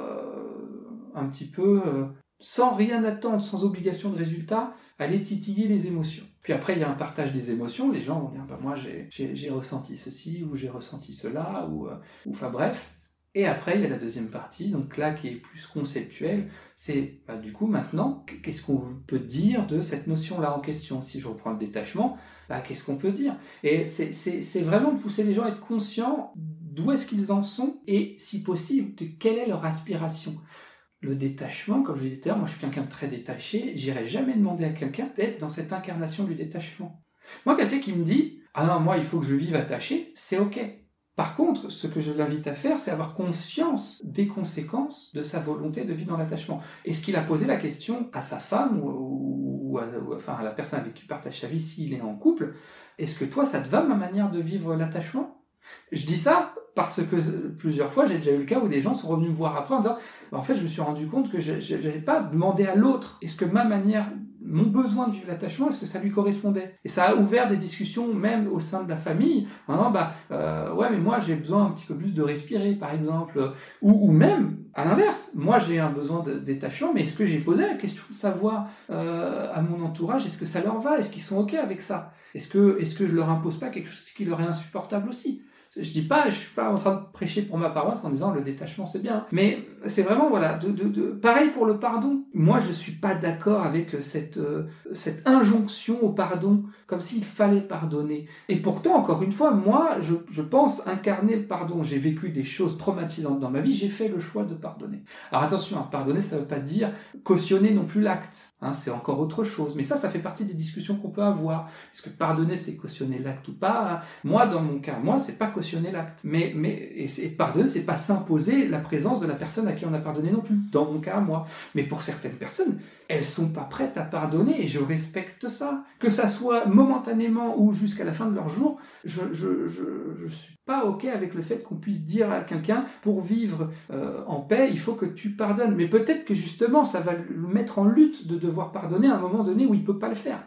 euh, un petit peu, euh, sans rien attendre, sans obligation de résultat, aller titiller les émotions. Puis après, il y a un partage des émotions. Les gens vont dire, bah, moi, j'ai, j'ai, j'ai ressenti ceci, ou j'ai ressenti cela, ou, euh, ou enfin bref. Et après, il y a la deuxième partie, donc là, qui est plus conceptuelle. C'est, bah, du coup, maintenant, qu'est-ce qu'on peut dire de cette notion-là en question? Si je reprends le détachement, bah, qu'est-ce qu'on peut dire? Et c'est, c'est, c'est vraiment de pousser les gens à être conscients d'où est-ce qu'ils en sont et, si possible, de quelle est leur aspiration. Le détachement, comme je disais tout à l'heure, moi je suis quelqu'un de très détaché, j'irai jamais demander à quelqu'un d'être dans cette incarnation du détachement. Moi, quelqu'un qui me dit « Ah non, moi il faut que je vive attaché », c'est ok. Par contre, ce que je l'invite à faire, c'est avoir conscience des conséquences de sa volonté de vivre dans l'attachement. Est-ce qu'il a posé la question à sa femme ou, ou, à, ou enfin, à la personne avec qui il partage sa vie s'il est en couple, est-ce que toi, ça te va ma manière de vivre l'attachement ? Je dis ça parce que plusieurs fois, j'ai déjà eu le cas où des gens sont revenus me voir après en disant bah, « En fait, je me suis rendu compte que je n'avais pas demandé à l'autre, est-ce que ma manière, mon besoin de vivre l'attachement, est-ce que ça lui correspondait ?» Et ça a ouvert des discussions même au sein de la famille en disant bah, euh, « Ouais, mais moi, j'ai besoin un petit peu plus de respirer, par exemple. » Ou, ou même, à l'inverse, moi, j'ai un besoin de détachement, mais est-ce que j'ai posé la question de savoir euh, à mon entourage, est-ce que ça leur va? Est-ce qu'ils sont OK avec ça? Est-ce que, est-ce que je leur impose pas quelque chose qui leur est insupportable aussi? Je dis pas, je suis pas en train de prêcher pour ma paroisse en disant le détachement c'est bien, mais c'est vraiment voilà, de, de, de... pareil pour le pardon. Moi je suis pas d'accord avec cette euh, cette injonction au pardon, comme s'il fallait pardonner. Et pourtant encore une fois, moi je je pense incarner le pardon. J'ai vécu des choses traumatisantes dans ma vie, j'ai fait le choix de pardonner. Alors attention, hein, pardonner ça veut pas dire cautionner non plus l'acte, hein, c'est encore autre chose. Mais ça, ça fait partie des discussions qu'on peut avoir. Est-ce que pardonner c'est cautionner l'acte ou pas? Hein? Moi dans mon cas, moi c'est pas cautionner l'acte. Mais, mais et, et pardonner, c'est pas s'imposer la présence de la personne à qui on a pardonné non plus, dans mon cas, moi. Mais pour certaines personnes, elles sont pas prêtes à pardonner et je respecte ça. Que ça soit momentanément ou jusqu'à la fin de leur jour, je, je, je, je suis pas ok avec le fait qu'on puisse dire à quelqu'un, pour vivre euh, en paix, il faut que tu pardonnes. Mais peut-être que justement, ça va le mettre en lutte de devoir pardonner à un moment donné où il peut pas le faire.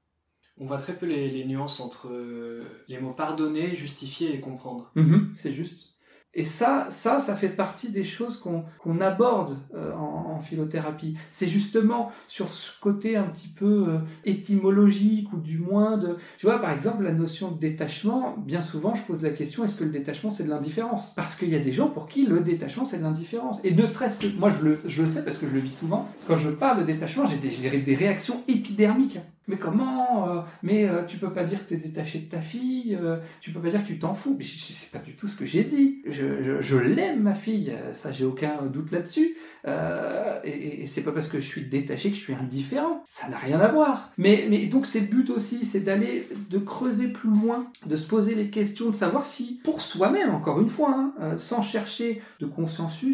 On voit très peu les, les nuances entre les mots pardonner, justifier et comprendre. Mmh, c'est juste. Et ça, ça, ça fait partie des choses qu'on, qu'on aborde euh, en, en philothérapie. C'est justement sur ce côté un petit peu euh, étymologique, ou du moins de... Tu vois, par exemple, la notion de détachement, bien souvent, je pose la question, est-ce que le détachement, c'est de l'indifférence? Parce qu'il y a des gens pour qui le détachement, c'est de l'indifférence. Et ne serait-ce que... Moi, je le, je le sais parce que je le vis souvent. Quand je parle de détachement, j'ai des, j'ai des réactions épidermiques. Mais comment euh, Mais euh, tu peux pas dire que t'es détaché de ta fille, euh, tu peux pas dire que tu t'en fous. Mais je, je sais pas du tout ce que j'ai dit. Je, je, je l'aime, ma fille, ça j'ai aucun doute là-dessus. Euh, et, et c'est pas parce que je suis détaché que je suis indifférent. Ça n'a rien à voir. Mais, mais donc c'est le but aussi, c'est d'aller, de creuser plus loin, de se poser les questions, de savoir si, pour soi-même, encore une fois, hein, euh, sans chercher de consensus,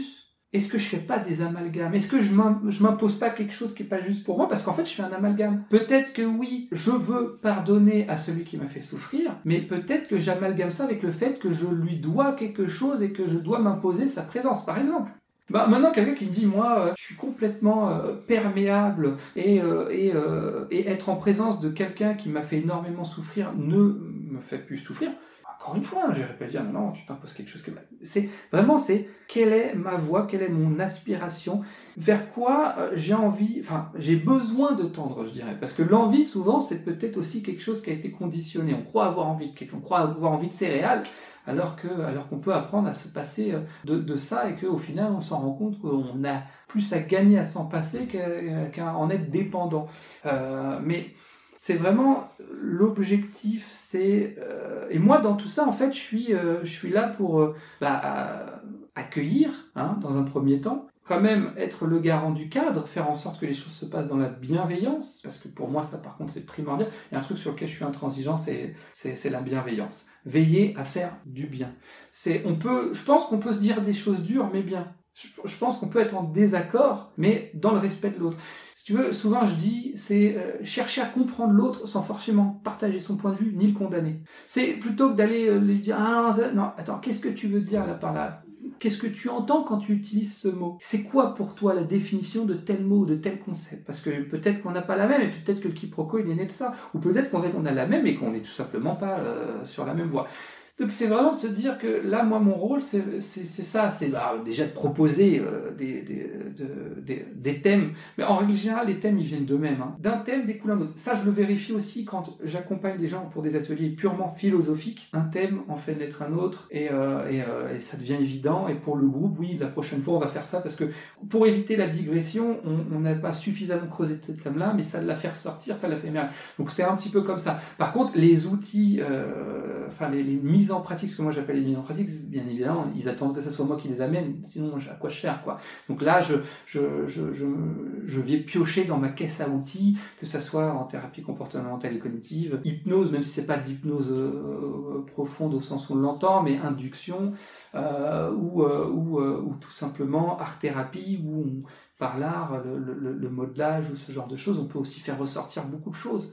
est-ce que je fais pas des amalgames? Est-ce que je m'impose pas quelque chose qui est pas juste pour moi? Parce qu'en fait, je fais un amalgame. Peut-être que oui, je veux pardonner à celui qui m'a fait souffrir, mais peut-être que j'amalgame ça avec le fait que je lui dois quelque chose et que je dois m'imposer sa présence, par exemple. Bah, maintenant, quelqu'un qui me dit, moi, euh, je suis complètement euh, perméable et, euh, et, euh, et être en présence de quelqu'un qui m'a fait énormément souffrir ne me fait plus souffrir. Encore une fois, je n'irai pas dire, non, non, tu t'imposes quelque chose. Que... C'est, vraiment, c'est quelle est ma voix, quelle est mon aspiration, vers quoi euh, j'ai envie, enfin, j'ai besoin de tendre, je dirais. Parce que l'envie, souvent, c'est peut-être aussi quelque chose qui a été conditionné. On croit avoir envie de quelque chose, on croit avoir envie de céréales, alors, que, alors qu'on peut apprendre à se passer de, de ça et qu'au final, on s'en rend compte qu'on a plus à gagner à s'en passer qu'à, qu'à en être dépendant. Euh, mais... C'est vraiment l'objectif, c'est... Euh, et moi, dans tout ça, en fait, je suis, euh, je suis là pour euh, bah, accueillir, hein, dans un premier temps, quand même être le garant du cadre, faire en sorte que les choses se passent dans la bienveillance, parce que pour moi, ça, par contre, c'est primordial. Il y a un truc sur lequel je suis intransigeant, c'est, c'est, c'est la bienveillance. Veiller à faire du bien. C'est, on peut, je pense qu'on peut se dire des choses dures, mais bien. Je, je pense qu'on peut être en désaccord, mais dans le respect de l'autre. Tu veux, souvent je dis, c'est euh, chercher à comprendre l'autre sans forcément partager son point de vue ni le condamner. C'est plutôt que d'aller euh, lui dire, ah non, non, attends, qu'est-ce que tu veux dire là par là? Qu'est-ce que tu entends quand tu utilises ce mot? C'est quoi pour toi la définition de tel mot ou de tel concept? Parce que peut-être qu'on n'a pas la même, et peut-être que le quiproquo il est né de ça, ou peut-être qu'en fait on a la même et qu'on n'est tout simplement pas euh, sur la même voie. Donc c'est vraiment de se dire que là, moi, mon rôle, c'est, c'est, c'est ça, c'est bah, déjà de proposer euh, des, des, de, des, des thèmes, mais en règle générale, les thèmes, ils viennent d'eux-mêmes. Hein. D'un thème découle un autre. Ça, je le vérifie aussi quand j'accompagne des gens pour des ateliers purement philosophiques. Un thème en fait naître un autre, et, euh, et, euh, et ça devient évident. Et pour le groupe, oui, la prochaine fois, on va faire ça, parce que pour éviter la digression, on n'a pas suffisamment creusé ce thème-là, mais ça l'a fait ressortir, ça l'a fait émerger. Donc c'est un petit peu comme ça. Par contre, les outils, euh, enfin les, les mises en pratique, ce que moi j'appelle les mises en pratique, bien évidemment, ils attendent que ce soit moi qui les amène, sinon à quoi je sers, quoi. Donc là, je, je, je, je, je vais piocher dans ma caisse à outils, que ce soit en thérapie comportementale et cognitive, hypnose, même si c'est pas de l'hypnose euh, profonde au sens où on l'entend, mais induction, euh, ou, euh, ou, euh, ou tout simplement art-thérapie, où on, par l'art, le, le, le modelage ou ce genre de choses, on peut aussi faire ressortir beaucoup de choses.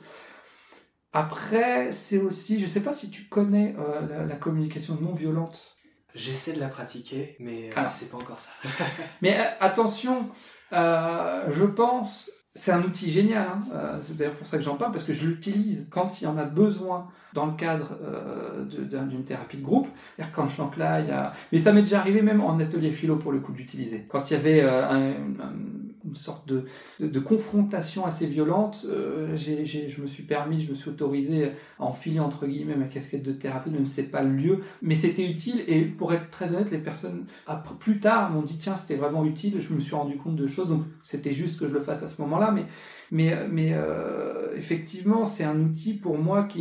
Après, c'est aussi, je ne sais pas si tu connais euh, la, la communication non violente. J'essaie de la pratiquer, mais euh, c'est pas encore ça. Mais euh, attention, euh, je pense, c'est un outil génial, hein, euh, c'est d'ailleurs pour ça que j'en parle, parce que je l'utilise quand il y en a besoin dans le cadre euh, de, d'une thérapie de groupe. C'est-à-dire quand je sens que là, il y a... Mais ça m'est déjà arrivé même en atelier philo pour le coup d'utiliser. Quand il y avait euh, un, un une sorte de, de, de confrontation assez violente, euh, j'ai, j'ai, je me suis permis, je me suis autorisé à enfiler entre guillemets ma casquette de thérapeute, même si c'est pas le lieu, mais c'était utile, et pour être très honnête, les personnes après, plus tard m'ont dit tiens, c'était vraiment utile, je me suis rendu compte de choses, donc c'était juste que je le fasse à ce moment-là, mais, mais, mais euh, effectivement, c'est un outil pour moi qui...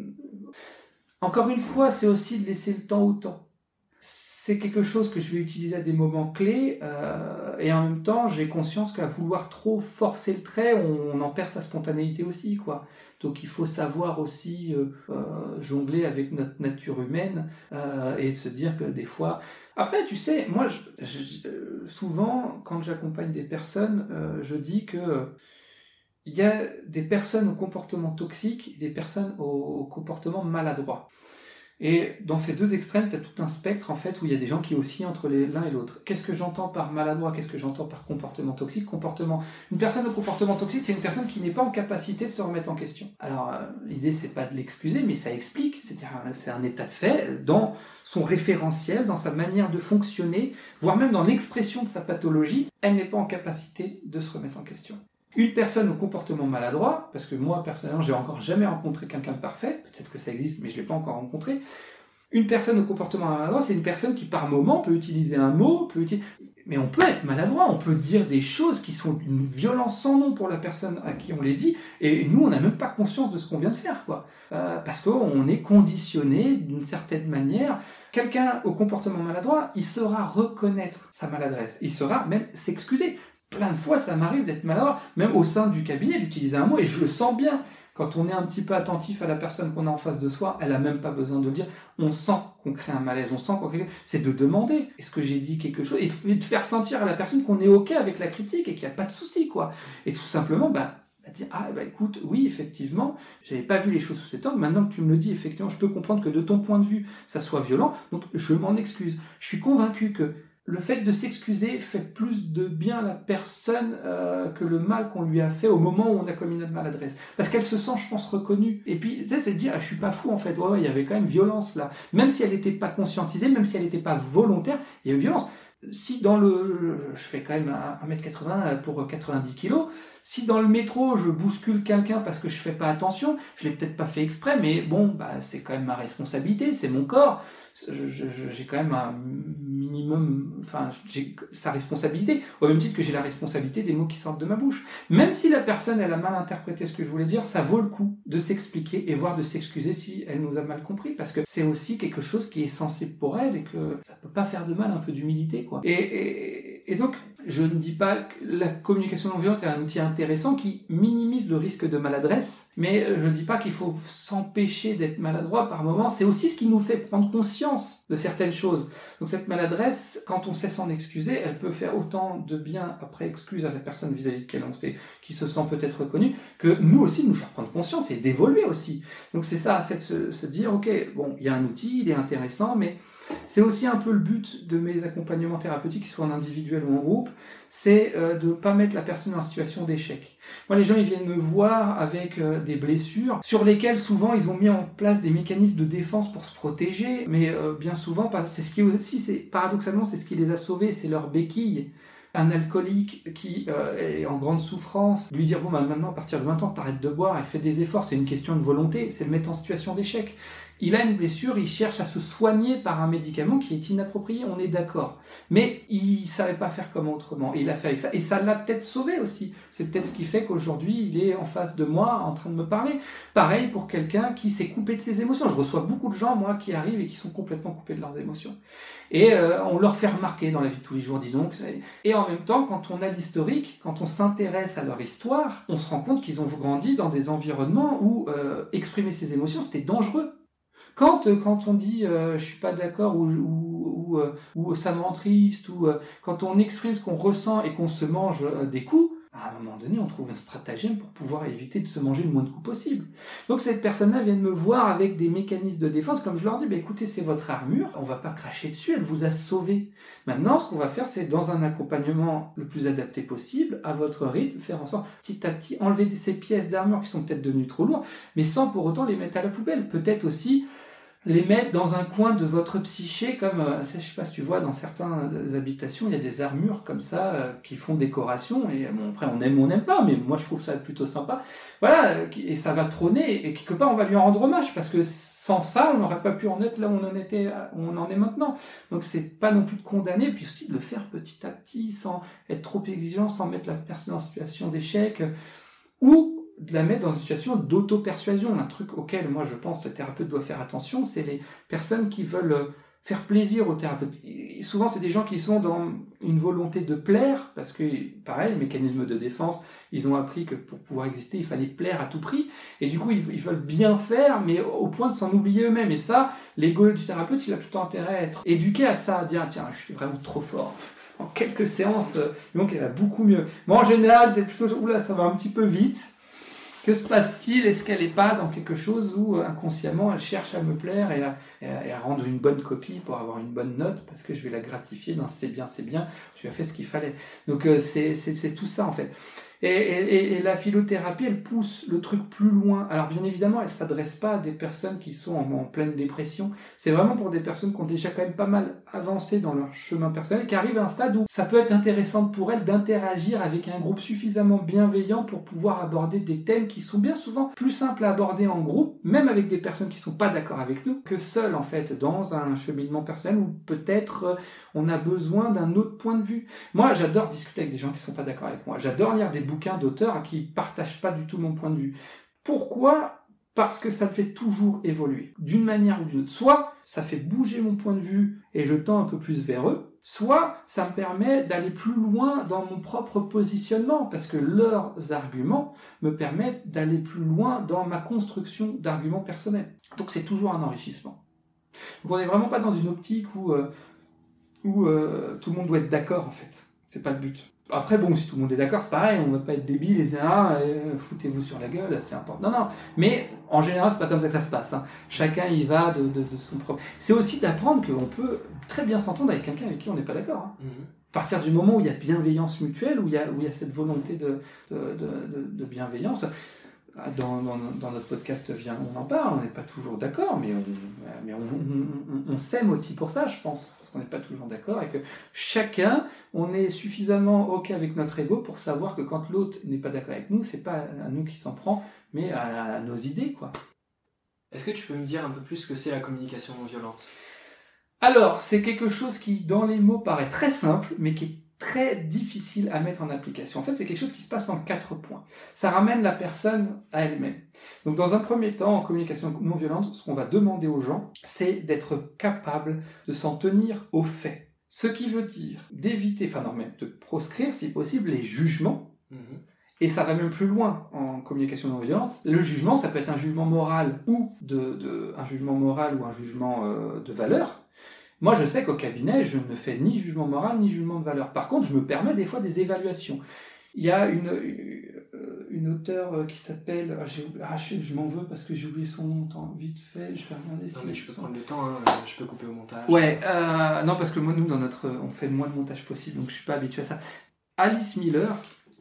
Encore une fois, c'est aussi de laisser le temps au temps. C'est quelque chose que je vais utiliser à des moments clés, euh, et en même temps, j'ai conscience qu'à vouloir trop forcer le trait, on, on en perd sa spontanéité aussi, quoi. Donc il faut savoir aussi euh, euh, jongler avec notre nature humaine, euh, et se dire que des fois... Après, tu sais, moi, je, je, euh, souvent, quand j'accompagne des personnes, euh, je dis que euh, il y a des personnes au comportement toxique et des personnes au, au comportement maladroit. Et dans ces deux extrêmes, tu as tout un spectre en fait où il y a des gens qui oscillent entre les, l'un et l'autre. Qu'est-ce que j'entends par maladroit? Qu'est-ce que j'entends par comportement toxique? Comportement... Une personne au comportement toxique, c'est une personne qui n'est pas en capacité de se remettre en question. Alors, euh, l'idée, c'est pas de l'excuser, mais ça explique, c'est-à-dire c'est un état de fait dans son référentiel, dans sa manière de fonctionner, voire même dans l'expression de sa pathologie, elle n'est pas en capacité de se remettre en question. Une personne au comportement maladroit, parce que moi, personnellement, j'ai encore jamais rencontré quelqu'un de parfait, peut-être que ça existe, mais je l'ai pas encore rencontré. Une personne au comportement maladroit, c'est une personne qui, par moment, peut utiliser un mot, peut utiliser... mais on peut être maladroit, on peut dire des choses qui sont d'une violence sans nom pour la personne à qui on les dit, et nous, on n'a même pas conscience de ce qu'on vient de faire, quoi. Euh, parce qu'on est conditionné d'une certaine manière. Quelqu'un au comportement maladroit, il saura reconnaître sa maladresse, il saura même s'excuser. Plein de fois, ça m'arrive d'être maladroit, même au sein du cabinet, d'utiliser un mot, et je le sens bien. Quand on est un petit peu attentif à la personne qu'on a en face de soi, elle a même pas besoin de le dire. On sent qu'on crée un malaise, on sent qu'on crée... C'est de demander, est-ce que j'ai dit quelque chose? Et de faire sentir à la personne qu'on est OK avec la critique et qu'il n'y a pas de souci, quoi. Et tout simplement, bah, dire, ah, bah écoute, oui, effectivement, j'avais pas vu les choses sous cet angle, maintenant que tu me le dis, effectivement, je peux comprendre que de ton point de vue, ça soit violent, donc je m'en excuse. Je suis convaincu que le fait de s'excuser fait plus de bien à la personne euh, que le mal qu'on lui a fait au moment où on a commis notre maladresse. Parce qu'elle se sent, je pense, reconnue. Et puis, tu sais, c'est de dire, ah, je suis pas fou, en fait. Ouais, ouais, il y avait quand même violence, là. Même si elle n'était pas conscientisée, même si elle n'était pas volontaire, il y a eu violence. Si dans le... Je fais quand même un mètre quatre-vingts pour quatre-vingt-dix kilos. Si dans le métro, je bouscule quelqu'un parce que je fais pas attention, je l'ai peut-être pas fait exprès, mais bon, bah, c'est quand même ma responsabilité, c'est mon corps. Je, je, j'ai quand même un minimum, enfin, j'ai sa responsabilité, au même titre que j'ai la responsabilité des mots qui sortent de ma bouche. Même si la personne, elle a mal interprété ce que je voulais dire, ça vaut le coup de s'expliquer et voire de s'excuser si elle nous a mal compris, parce que c'est aussi quelque chose qui est sensible pour elle et que ça peut pas faire de mal, un peu d'humilité, quoi. Et, et, et donc, je ne dis pas que la communication non violente est un outil intéressant qui minimise le risque de maladresse, mais je ne dis pas qu'il faut s'empêcher d'être maladroit par moment. C'est aussi ce qui nous fait prendre conscience de certaines choses. Donc cette maladresse, quand on sait s'en excuser, elle peut faire autant de bien après excuse à la personne vis-à-vis de laquelle on sait, qui se sent peut-être reconnue, que nous aussi de nous faire prendre conscience et d'évoluer aussi. Donc c'est ça, c'est de se, se dire, ok, bon, il y a un outil, il est intéressant, mais c'est aussi un peu le but de mes accompagnements thérapeutiques, qu'ils soient en individuel ou en groupe, c'est euh, de ne pas mettre la personne en situation d'échec. Moi, les gens, ils viennent me voir avec euh, des blessures sur lesquelles, souvent, ils ont mis en place des mécanismes de défense pour se protéger, mais euh, bien souvent, c'est ce qui aussi, c'est, paradoxalement, c'est ce qui les a sauvés, c'est leur béquille. Un alcoolique qui euh, est en grande souffrance, lui dire, bon, bah, maintenant, à partir de vingt ans, t'arrêtes de boire et fais des efforts, c'est une question de volonté, c'est le mettre en situation d'échec. Il a une blessure, il cherche à se soigner par un médicament qui est inapproprié, on est d'accord. Mais il savait pas faire comme autrement, et il a fait avec ça, et ça l'a peut-être sauvé aussi. C'est peut-être ce qui fait qu'aujourd'hui, il est en face de moi, en train de me parler. Pareil pour quelqu'un qui s'est coupé de ses émotions. Je reçois beaucoup de gens, moi, qui arrivent et qui sont complètement coupés de leurs émotions. Et euh, on leur fait remarquer dans la vie de tous les jours, dis donc. Et en même temps, quand on a l'historique, quand on s'intéresse à leur histoire, on se rend compte qu'ils ont grandi dans des environnements où euh, exprimer ses émotions, c'était dangereux. Quand, quand on dit euh, je suis pas d'accord ou, ou, ou, euh, ou ça me rend triste, ou euh, quand on exprime ce qu'on ressent et qu'on se mange euh, des coups, à un moment donné, on trouve un stratagème pour pouvoir éviter de se manger le moins de coups possible. Donc cette personne-là vient de me voir avec des mécanismes de défense, comme je leur dis, bah, écoutez, c'est votre armure, on va pas cracher dessus, elle vous a sauvé. Maintenant, ce qu'on va faire, c'est dans un accompagnement le plus adapté possible, à votre rythme, faire en sorte, petit à petit, enlever ces pièces d'armure qui sont peut-être devenues trop lourdes, mais sans pour autant les mettre à la poubelle. Peut-être aussi les mettre dans un coin de votre psyché, comme, euh, je sais pas si tu vois, dans certaines habitations, il y a des armures comme ça, euh, qui font décoration, et bon, après on aime ou on n'aime pas, mais moi je trouve ça plutôt sympa, voilà, et ça va trôner, et quelque part on va lui en rendre hommage, parce que sans ça, on n'aurait pas pu en être là où on en était, où on en est maintenant. Donc c'est pas non plus de condamner, puis aussi de le faire petit à petit, sans être trop exigeant, sans mettre la personne en situation d'échec, ou de la mettre dans une situation d'auto-persuasion. Un truc auquel, moi, je pense, le thérapeute doit faire attention, c'est les personnes qui veulent faire plaisir au thérapeute. Et souvent, c'est des gens qui sont dans une volonté de plaire, parce que, pareil, mécanisme de défense, ils ont appris que pour pouvoir exister, il fallait plaire à tout prix, et du coup, ils, ils veulent bien faire, mais au point de s'en oublier eux-mêmes. Et ça, l'ego du thérapeute, il a plutôt intérêt à être éduqué à ça, à dire, tiens, je suis vraiment trop fort. En quelques séances, donc, elle va beaucoup mieux. Moi, en général, c'est plutôt, oula, ça va un petit peu vite. Que se passe-t-il? Est-ce qu'elle n'est pas dans quelque chose où inconsciemment elle cherche à me plaire et à, et à, et à rendre une bonne copie pour avoir une bonne note parce que je vais la gratifier? Non, c'est bien, c'est bien, tu as fait ce qu'il fallait. Donc euh, c'est, c'est, c'est tout ça en fait. Et, et, et la philothérapie, elle pousse le truc plus loin. Alors bien évidemment, elle ne s'adresse pas à des personnes qui sont en, en pleine dépression. C'est vraiment pour des personnes qui ont déjà quand même pas mal avancé dans leur chemin personnel et qui arrivent à un stade où ça peut être intéressant pour elles d'interagir avec un groupe suffisamment bienveillant pour pouvoir aborder des thèmes qui sont bien souvent plus simples à aborder en groupe, même avec des personnes qui ne sont pas d'accord avec nous, que seules en fait, dans un cheminement personnel où peut-être euh, on a besoin d'un autre point de vue. Moi, j'adore discuter avec des gens qui ne sont pas d'accord avec moi. J'adore lire des bouquins d'auteurs qui ne partagent pas du tout mon point de vue. Pourquoi ? Parce que ça me fait toujours évoluer, d'une manière ou d'une autre. Soit ça fait bouger mon point de vue et je tends un peu plus vers eux, soit ça me permet d'aller plus loin dans mon propre positionnement, parce que leurs arguments me permettent d'aller plus loin dans ma construction d'arguments personnels. Donc c'est toujours un enrichissement. Donc on n'est vraiment pas dans une optique où, euh, où euh, tout le monde doit être d'accord en fait. C'est pas le but. Après bon, si tout le monde est d'accord, c'est pareil, on ne va pas être débile et dire ah, euh, foutez-vous sur la gueule, c'est important. Non, non, mais en général, c'est pas comme ça que ça se passe. Hein. Chacun y va de, de, de son propre. C'est aussi d'apprendre qu'on peut très bien s'entendre avec quelqu'un avec qui on n'est pas d'accord. Hein. Mm-hmm. À partir du moment où il y a bienveillance mutuelle, où il y a, où il y a cette volonté de, de, de, de, de bienveillance. Dans, dans, dans notre podcast, viens, on en parle, on n'est pas toujours d'accord, mais, on, mais on, on, on, on s'aime aussi pour ça, je pense, parce qu'on n'est pas toujours d'accord, et que chacun, on est suffisamment OK avec notre ego pour savoir que quand l'autre n'est pas d'accord avec nous, c'est pas à nous qui s'en prend, mais à, à nos idées, quoi. Est-ce que tu peux me dire un peu plus ce que c'est la communication non violente ? Alors, c'est quelque chose qui, dans les mots, paraît très simple, mais qui est très difficile à mettre en application. En fait, c'est quelque chose qui se passe en quatre points. Ça ramène la personne à elle-même. Donc, dans un premier temps, en communication non violente, ce qu'on va demander aux gens, c'est d'être capable de s'en tenir aux faits. Ce qui veut dire d'éviter, enfin non, même de proscrire, si possible, les jugements. Mmh. Et ça va même plus loin en communication non violente. Le jugement, ça peut être un jugement moral ou de, de un jugement moral ou un jugement euh, de valeur. Moi, je sais qu'au cabinet, je ne fais ni jugement moral, ni jugement de valeur. Par contre, je me permets des fois des évaluations. Il y a une, une auteure qui s'appelle... Ah, j'ai, ah, je, je m'en veux parce que j'ai oublié son nom. Attends, vite fait, je vais regarder si... Non, mais tu peux son... prendre le temps, hein, je peux couper au montage. Ouais, euh, non, parce que moi, nous, dans notre, on fait le moins de montage possible, donc je ne suis pas habitué à ça. Alice Miller,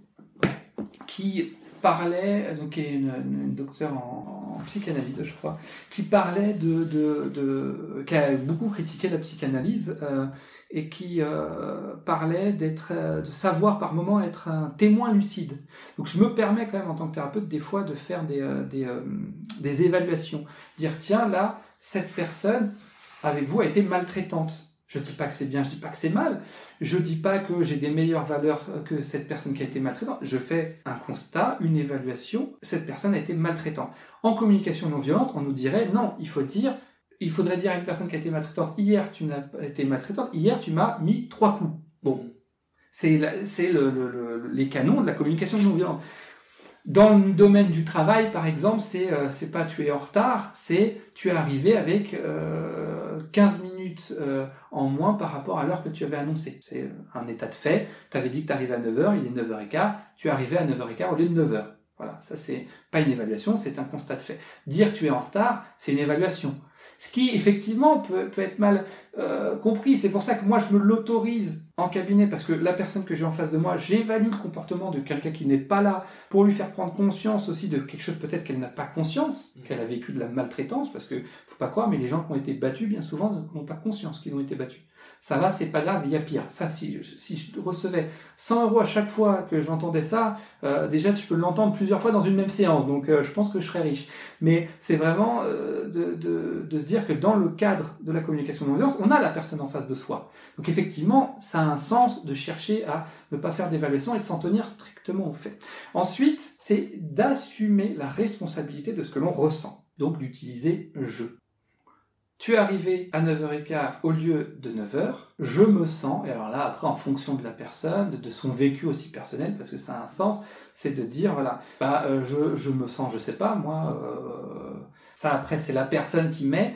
qui parlait, donc qui est une, une, une docteure en, en psychanalyse, je crois, qui parlait de, de, de qui a beaucoup critiqué la psychanalyse euh, et qui euh, parlait d'être, de savoir par moment être un témoin lucide. Donc je me permets quand même en tant que thérapeute des fois de faire des, euh, des, euh, des évaluations, dire tiens là cette personne avec vous a été maltraitante. Je ne dis pas que c'est bien, je ne dis pas que c'est mal. Je ne dis pas que j'ai des meilleures valeurs que cette personne qui a été maltraitante. Je fais un constat, une évaluation. Cette personne a été maltraitante. En communication non violente, on nous dirait non, il faut dire, il faudrait dire à une personne qui a été maltraitante, hier tu n'as pas été maltraitante, hier tu m'as mis trois coups. Bon, c'est, la, c'est le, le, le, les canons de la communication non violente. Dans le domaine du travail, par exemple, c'est euh, c'est pas tu es en retard, c'est tu es arrivé avec euh, quinze minutes euh, en moins par rapport à l'heure que tu avais annoncé. C'est un état de fait. Tu avais dit que tu arrivais à neuf heures, il est neuf heures quinze, tu es arrivé à neuf heures quinze au lieu de neuf heures. Voilà, ça c'est pas une évaluation, c'est un constat de fait. Dire tu es en retard, c'est une évaluation. Ce qui, effectivement, peut, peut être mal euh, compris. C'est pour ça que moi, je me l'autorise en cabinet, parce que la personne que j'ai en face de moi, j'évalue le comportement de quelqu'un qui n'est pas là, pour lui faire prendre conscience aussi de quelque chose peut-être qu'elle n'a pas conscience, qu'elle a vécu de la maltraitance, parce que, faut pas croire, mais les gens qui ont été battus, bien souvent, n'ont pas conscience qu'ils ont été battus. Ça va, c'est pas grave, il y a pire. Ça, si, si je recevais cent euros à chaque fois que j'entendais ça, euh, déjà, je peux l'entendre plusieurs fois dans une même séance, donc euh, je pense que je serais riche. Mais c'est vraiment euh, de, de, de se dire que dans le cadre de la communication non violente, on a la personne en face de soi. Donc effectivement, ça a un sens de chercher à ne pas faire d'évaluation et de s'en tenir strictement aux faits. Ensuite, c'est d'assumer la responsabilité de ce que l'on ressent. Donc d'utiliser « je ». Tu es arrivé à neuf heures quinze au lieu de neuf heures, je me sens, et alors là, après, en fonction de la personne, de son vécu aussi personnel, parce que ça a un sens, c'est de dire, voilà, bah, euh, je, je me sens, je sais pas, moi, euh, ça après, c'est la personne qui met,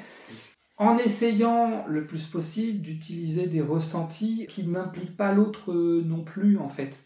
en essayant le plus possible d'utiliser des ressentis qui n'impliquent pas l'autre non plus, en fait.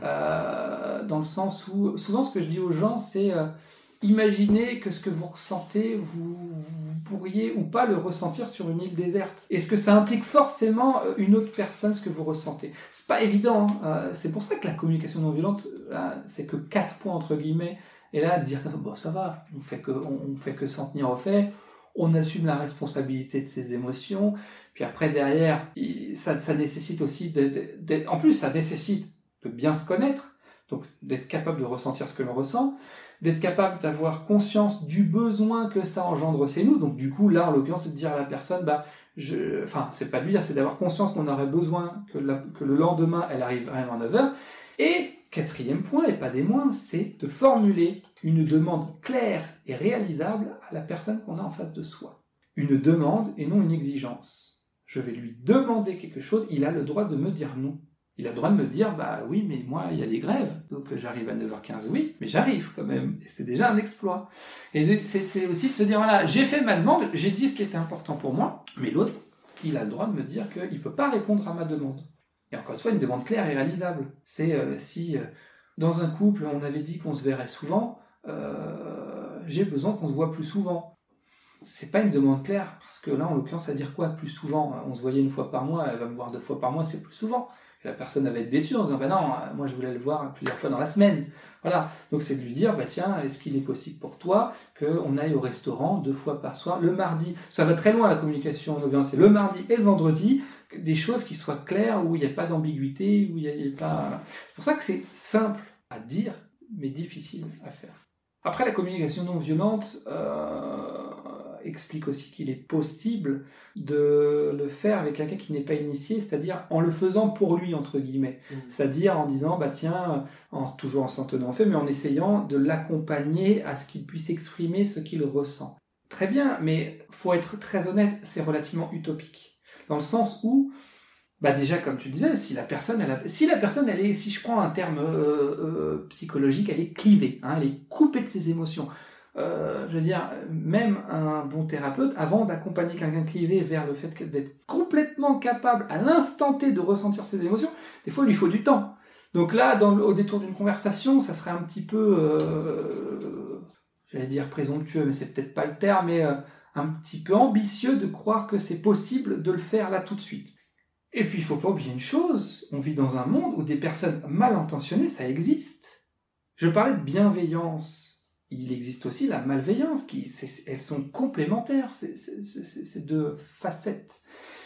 Euh, dans le sens où, souvent, ce que je dis aux gens, c'est... Euh, imaginez que ce que vous ressentez, vous, vous pourriez ou pas le ressentir sur une île déserte. Est-ce que ça implique forcément une autre personne, ce que vous ressentez ? C'est pas évident. Hein. C'est pour ça que la communication non violente, là, c'est que quatre points entre guillemets. Et là, dire bon, ça va, on fait que, on, on fait que s'en tenir au fait. On assume la responsabilité de ses émotions. Puis après, derrière, ça, ça nécessite aussi d'être, d'être, en plus, ça nécessite de bien se connaître. Donc, d'être capable de ressentir ce que l'on ressent, d'être capable d'avoir conscience du besoin que ça engendre chez nous. Donc, du coup, là, en l'occurrence, c'est de dire à la personne, bah, je, enfin, c'est pas de lui dire, c'est d'avoir conscience qu'on aurait besoin que, la, que le lendemain, elle arrive vraiment à neuf heures. Et, quatrième point, et pas des moindres, c'est de formuler une demande claire et réalisable à la personne qu'on a en face de soi. Une demande et non une exigence. je vais lui demander quelque chose, il a le droit de me dire non. Il a le droit de me dire, bah oui, mais moi, il y a les grèves, donc j'arrive à neuf heures quinze, oui, mais j'arrive quand même, et c'est déjà un exploit. Et c'est, c'est aussi de se dire, voilà, j'ai fait ma demande, j'ai dit ce qui était important pour moi, mais l'autre, il a le droit de me dire qu'il ne peut pas répondre à ma demande. Et encore une fois, une demande claire et réalisable. C'est euh, si, euh, dans un couple, on avait dit qu'on se verrait souvent, euh, j'ai besoin qu'on se voit plus souvent. C'est pas une demande claire, parce que là, en l'occurrence, ça veut dire quoi, plus souvent? On se voyait une fois par mois, elle va me voir deux fois par mois, c'est plus souvent. Et la personne va être déçue en disant, bah non, moi je voulais le voir plusieurs fois dans la semaine. Voilà. Donc c'est de lui dire, bah tiens, est-ce qu'il est possible pour toi qu'on aille au restaurant deux fois par soir, le mardi? Ça va très loin la communication, c'est le mardi et le vendredi, des choses qui soient claires, où il n'y a pas d'ambiguïté, où il n'y a, il y a pas... C'est pour ça que c'est simple à dire, mais difficile à faire. Après, la communication non violente euh, explique aussi qu'il est possible de le faire avec quelqu'un qui n'est pas initié, c'est-à-dire en le faisant pour lui, entre guillemets. Mmh. C'est-à-dire en disant, bah tiens, en, toujours en s'en tenant fait, mais en essayant de l'accompagner à ce qu'il puisse exprimer ce qu'il ressent. Très bien, mais faut être très honnête, c'est relativement utopique. Dans le sens où, bah déjà, comme tu disais, si la personne, elle a, si la personne, elle est, si je prends un terme euh, euh, psychologique, elle est clivée, hein, elle est coupée de ses émotions. Euh, je veux dire, même un bon thérapeute, avant d'accompagner quelqu'un clivé vers le fait d'être complètement capable à l'instant T de ressentir ses émotions, des fois, il lui faut du temps. Donc là, dans, au détour d'une conversation, ça serait un petit peu, euh, j'allais dire présomptueux, mais c'est peut-être pas le terme, mais euh, un petit peu ambitieux de croire que c'est possible de le faire là tout de suite. Et puis, il ne faut pas oublier une chose, on vit dans un monde où des personnes mal intentionnées, ça existe. Je parlais de bienveillance. Il existe aussi la malveillance, qui, c'est, elles sont complémentaires, c'est, c'est, c'est, ces deux facettes.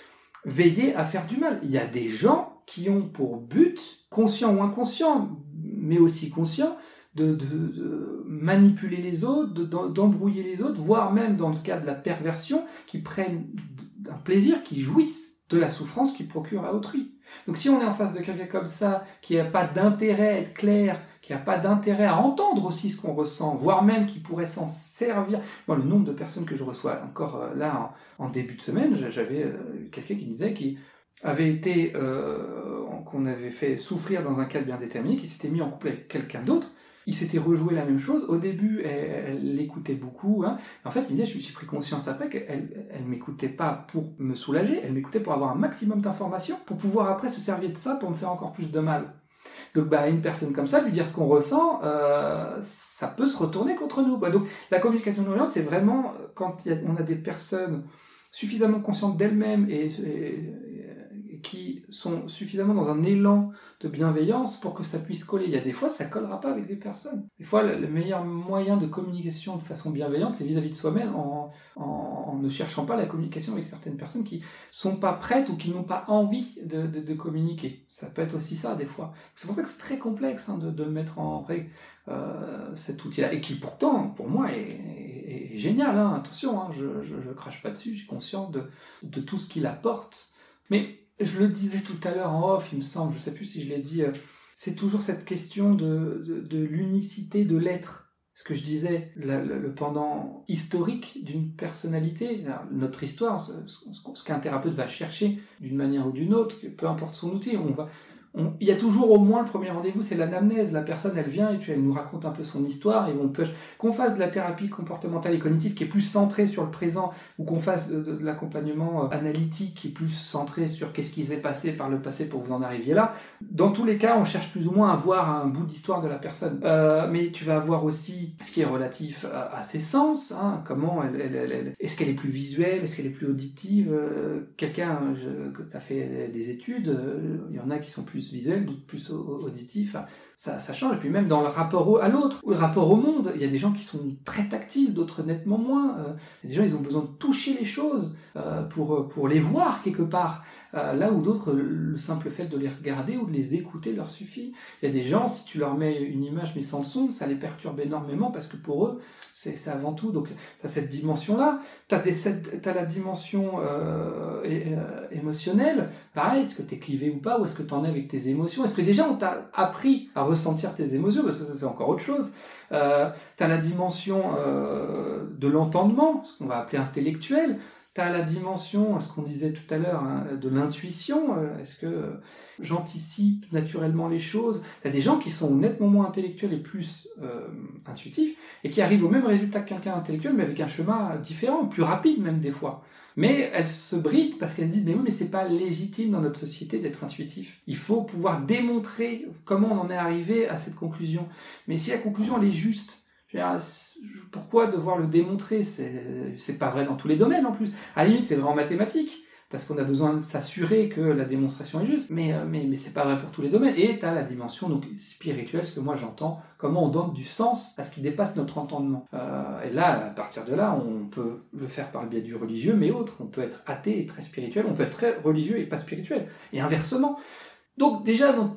Veiller à faire du mal. Il y a des gens qui ont pour but, conscient ou inconscient, mais aussi conscient, de, de, de manipuler les autres, de, d'embrouiller les autres, voire même dans le cas de la perversion, qui prennent un plaisir, qui jouissent de la souffrance qu'il procure à autrui. Donc si on est en face de quelqu'un comme ça, qui n'a pas d'intérêt à être clair, qui n'a pas d'intérêt à entendre aussi ce qu'on ressent, voire même qui pourrait s'en servir... Moi, le nombre de personnes que je reçois, encore euh, là, en, en début de semaine, j'avais euh, quelqu'un qui me disait qu'il avait été... Euh, qu'on avait fait souffrir dans un cadre bien déterminé, qui s'était mis en couple avec quelqu'un d'autre, il s'était rejoué la même chose. Au début, elle, elle l'écoutait beaucoup. Hein. En fait, il me disait, j'ai pris conscience après qu'elle elle m'écoutait pas pour me soulager, elle m'écoutait pour avoir un maximum d'informations, pour pouvoir après se servir de ça pour me faire encore plus de mal. Donc, bah, une personne comme ça, lui dire ce qu'on ressent, euh, ça peut se retourner contre nous. Bah, donc, la communication non violente, c'est vraiment quand y a, on a des personnes suffisamment conscientes d'elles-mêmes et, et, et qui sont suffisamment dans un élan de bienveillance pour que ça puisse coller. Il y a des fois, ça ne collera pas avec des personnes. Des fois, le, le meilleur moyen de communication de façon bienveillante, c'est vis-à-vis de soi-même, en, en, en ne cherchant pas la communication avec certaines personnes qui ne sont pas prêtes ou qui n'ont pas envie de, de, de communiquer. Ça peut être aussi ça, des fois. C'est pour ça que c'est très complexe hein, de, de le mettre en règle, euh, cet outil-là. Et qui, pourtant, pour moi, est, est, est génial. Hein. Attention, hein, je ne crache pas dessus, j'ai conscience de, de tout ce qu'il apporte. Mais je le disais tout à l'heure en off, il me semble, je ne sais plus si je l'ai dit, euh, c'est toujours cette question de, de, de l'unicité de l'être. Ce que je disais, la, le, le pendant historique d'une personnalité, notre histoire, ce, ce, ce qu'un thérapeute va chercher d'une manière ou d'une autre, peu importe son outil, on va... On, il y a toujours au moins le premier rendez-vous, c'est l'anamnèse. La personne, elle vient et puis elle nous raconte un peu son histoire. Et on peut qu'on fasse de la thérapie comportementale et cognitive qui est plus centrée sur le présent, ou qu'on fasse de, de, de l'accompagnement analytique qui est plus centré sur qu'est-ce qui s'est passé par le passé pour que vous en arriviez là. Dans tous les cas, on cherche plus ou moins à voir un bout d'histoire de la personne. Euh, mais tu vas avoir aussi ce qui est relatif à, à ses sens. Hein, comment elle, elle, elle, elle, est-ce qu'elle est plus visuelle, est-ce qu'elle est plus auditive euh, Quelqu'un je, que tu as fait des études, euh, il y en a qui sont plus visuel, d'autres plus auditif, ça, ça change. Et puis même dans le rapport au, à l'autre, ou le rapport au monde, il y a des gens qui sont très tactiles, d'autres nettement moins. Euh, il y a des gens, ils ont besoin de toucher les choses euh, pour, pour les voir quelque part. Euh, là où d'autres, le simple fait de les regarder ou de les écouter leur suffit. Il y a des gens, si tu leur mets une image mais sans son, ça les perturbe énormément parce que pour eux, c'est, c'est avant tout. Donc, tu as cette dimension-là. Tu as la dimension euh, é, euh, émotionnelle. Pareil, est-ce que tu es clivé ou pas? Ou est-ce que tu en es avec tes émotions? Est-ce que déjà on t'a appris à ressentir tes émotions? Parce que ça, c'est encore autre chose. Euh, tu as la dimension euh, de l'entendement, ce qu'on va appeler intellectuel. tu as la dimension, ce qu'on disait tout à l'heure, hein, de l'intuition. Est-ce que euh, j'anticipe naturellement les choses? Tu as des gens qui sont nettement moins intellectuels et plus euh, intuitifs, et qui arrivent au même résultat que quelqu'un intellectuel, mais avec un chemin différent, plus rapide même des fois. Mais elles se brident parce qu'elles se disent « mais oui, mais c'est pas légitime dans notre société d'être intuitif. Il faut pouvoir démontrer comment on en est arrivé à cette conclusion. » Mais si la conclusion, elle est juste, je veux dire, pourquoi devoir le démontrer? C'est, c'est pas vrai dans tous les domaines en plus. À la limite, c'est vrai en mathématiques, parce qu'on a besoin de s'assurer que la démonstration est juste, mais, mais, mais c'est pas vrai pour tous les domaines. Et tu as la dimension donc, spirituelle, ce que moi j'entends, comment on donne du sens à ce qui dépasse notre entendement. Euh, et là, à partir de là, on peut le faire par le biais du religieux, mais autre. On peut être athée et très spirituel, on peut être très religieux et pas spirituel. Et inversement. Donc déjà, dans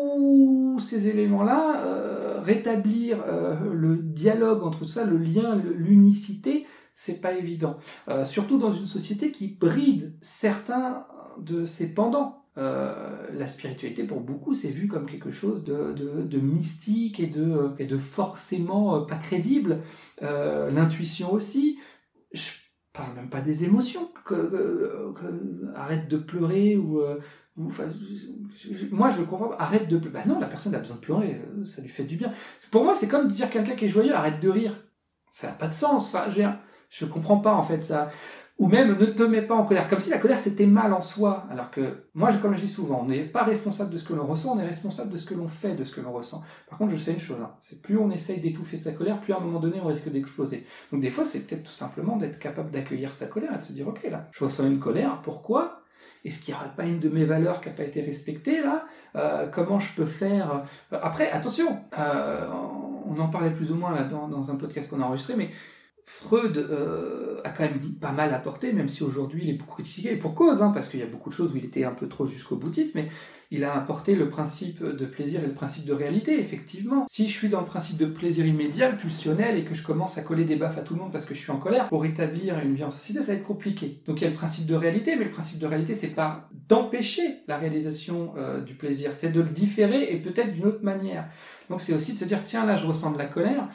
tous ces éléments-là, euh, rétablir euh, le dialogue entre tout ça, le lien, le, l'unicité, c'est pas évident. Euh, surtout dans une société qui bride certains de ses pendants. Euh, la spiritualité, pour beaucoup, c'est vu comme quelque chose de, de, de mystique et de, et de forcément pas crédible. Euh, l'intuition aussi. Je parle même pas des émotions. Que, que, que, arrête de pleurer ou... Euh, ou enfin, je, je, moi, je comprends pas. Arrête de pleurer. Bah non, la personne a besoin de pleurer. Ça lui fait du bien. Pour moi, c'est comme dire à quelqu'un qui est joyeux, arrête de rire. Ça n'a pas de sens. Enfin, je veux dire, je comprends pas, en fait, ça. Ou même, ne te mets pas en colère. Comme si la colère, c'était mal en soi. Alors que, moi, comme je dis souvent, on n'est pas responsable de ce que l'on ressent, on est responsable de ce que l'on fait de ce que l'on ressent. Par contre, je sais une chose, hein, c'est plus on essaye d'étouffer sa colère, plus à un moment donné, on risque d'exploser. Donc des fois, c'est peut-être tout simplement d'être capable d'accueillir sa colère et de se dire, ok, là, je ressens une colère, pourquoi ? Est-ce qu'il n'y aurait pas une de mes valeurs qui n'a pas été respectée, là ? euh, Comment je peux faire... Après, attention, euh, on en parlait plus ou moins là, dans, dans un podcast qu'on a enregistré, mais Freud euh, a quand même pas mal apporté, même si aujourd'hui il est beaucoup critiqué, et pour cause, hein, parce qu'il y a beaucoup de choses où il était un peu trop jusqu'au boutiste, mais il a apporté le principe de plaisir et le principe de réalité, effectivement. Si je suis dans le principe de plaisir immédiat, pulsionnel, et que je commence à coller des baffes à tout le monde parce que je suis en colère, pour établir une vie en société, ça va être compliqué. Donc il y a le principe de réalité, mais le principe de réalité, c'est pas d'empêcher la réalisation euh, du plaisir, c'est de le différer, et peut-être d'une autre manière. Donc c'est aussi de se dire, tiens, là je ressens de la colère,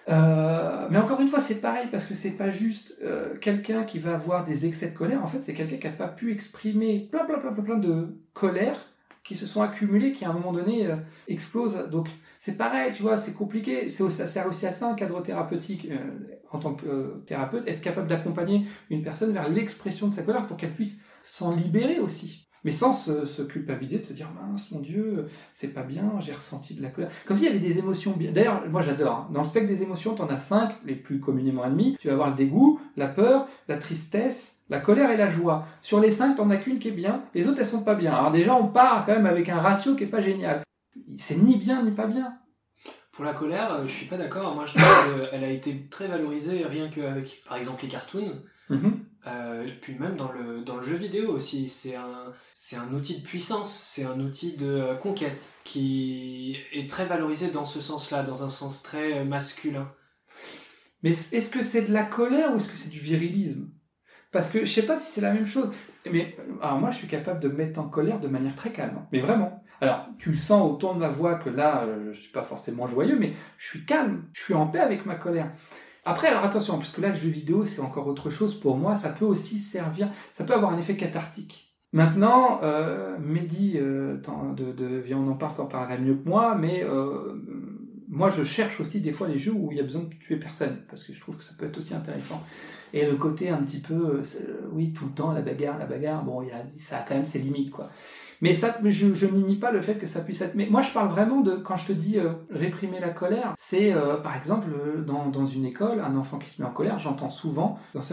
Euh, mais encore une fois, c'est pareil, parce que c'est pas juste euh, quelqu'un qui va avoir des excès de colère, en fait, c'est quelqu'un qui n'a pas pu exprimer plein, plein, plein, plein, plein de colère qui se sont accumulées, qui à un moment donné euh, explosent. Donc, c'est pareil, tu vois, c'est compliqué. C'est aussi, ça sert aussi à ça, un cadre thérapeutique, euh, en tant que euh, thérapeute, être capable d'accompagner une personne vers l'expression de sa colère pour qu'elle puisse s'en libérer aussi. Mais sans se, se culpabiliser, de se dire « mince, mon Dieu, c'est pas bien, j'ai ressenti de la colère ». Comme s'il y avait des émotions bien... D'ailleurs, moi j'adore, hein. Dans le spectre des émotions, t'en as cinq, les plus communément admis. Tu vas avoir le dégoût, la peur, la tristesse, la colère et la joie. Sur les cinq, t'en as qu'une qui est bien, les autres elles sont pas bien. Alors déjà, on part quand même avec un ratio qui est pas génial. C'est ni bien ni pas bien. Pour la colère, je suis pas d'accord. Moi je trouve qu'elle a été très valorisée rien qu'avec, par exemple, les cartoons. Mm-hmm. Euh, puis même dans le, dans le jeu vidéo aussi, c'est un, c'est un outil de puissance, c'est un outil de conquête qui est très valorisé dans ce sens-là, dans un sens très masculin. Mais est-ce que c'est de la colère ou est-ce que c'est du virilisme ? Parce que je sais pas si c'est la même chose. Mais alors moi je suis capable de me mettre en colère de manière très calme, mais vraiment. Alors tu le sens au ton de ma voix que là je suis pas forcément joyeux, mais je suis calme, je suis en paix avec ma colère. Après, alors attention, parce que là, le jeu vidéo, c'est encore autre chose pour moi, ça peut aussi servir, ça peut avoir un effet cathartique. Maintenant, euh, Mehdi, euh, de, de Viens on en parle, t'en parlerait mieux que moi, mais euh, moi, je cherche aussi des fois les jeux où il y a besoin de tuer personne, parce que je trouve que ça peut être aussi intéressant. Et le côté un petit peu, euh, oui, tout le temps, la bagarre, la bagarre, bon, y a, ça a quand même ses limites, quoi. Mais ça, je, je nie pas le fait que ça puisse être... Mais moi, je parle vraiment de... Quand je te dis euh, réprimer la colère, c'est, euh, par exemple, dans, dans une école, un enfant qui se met en colère, j'entends souvent,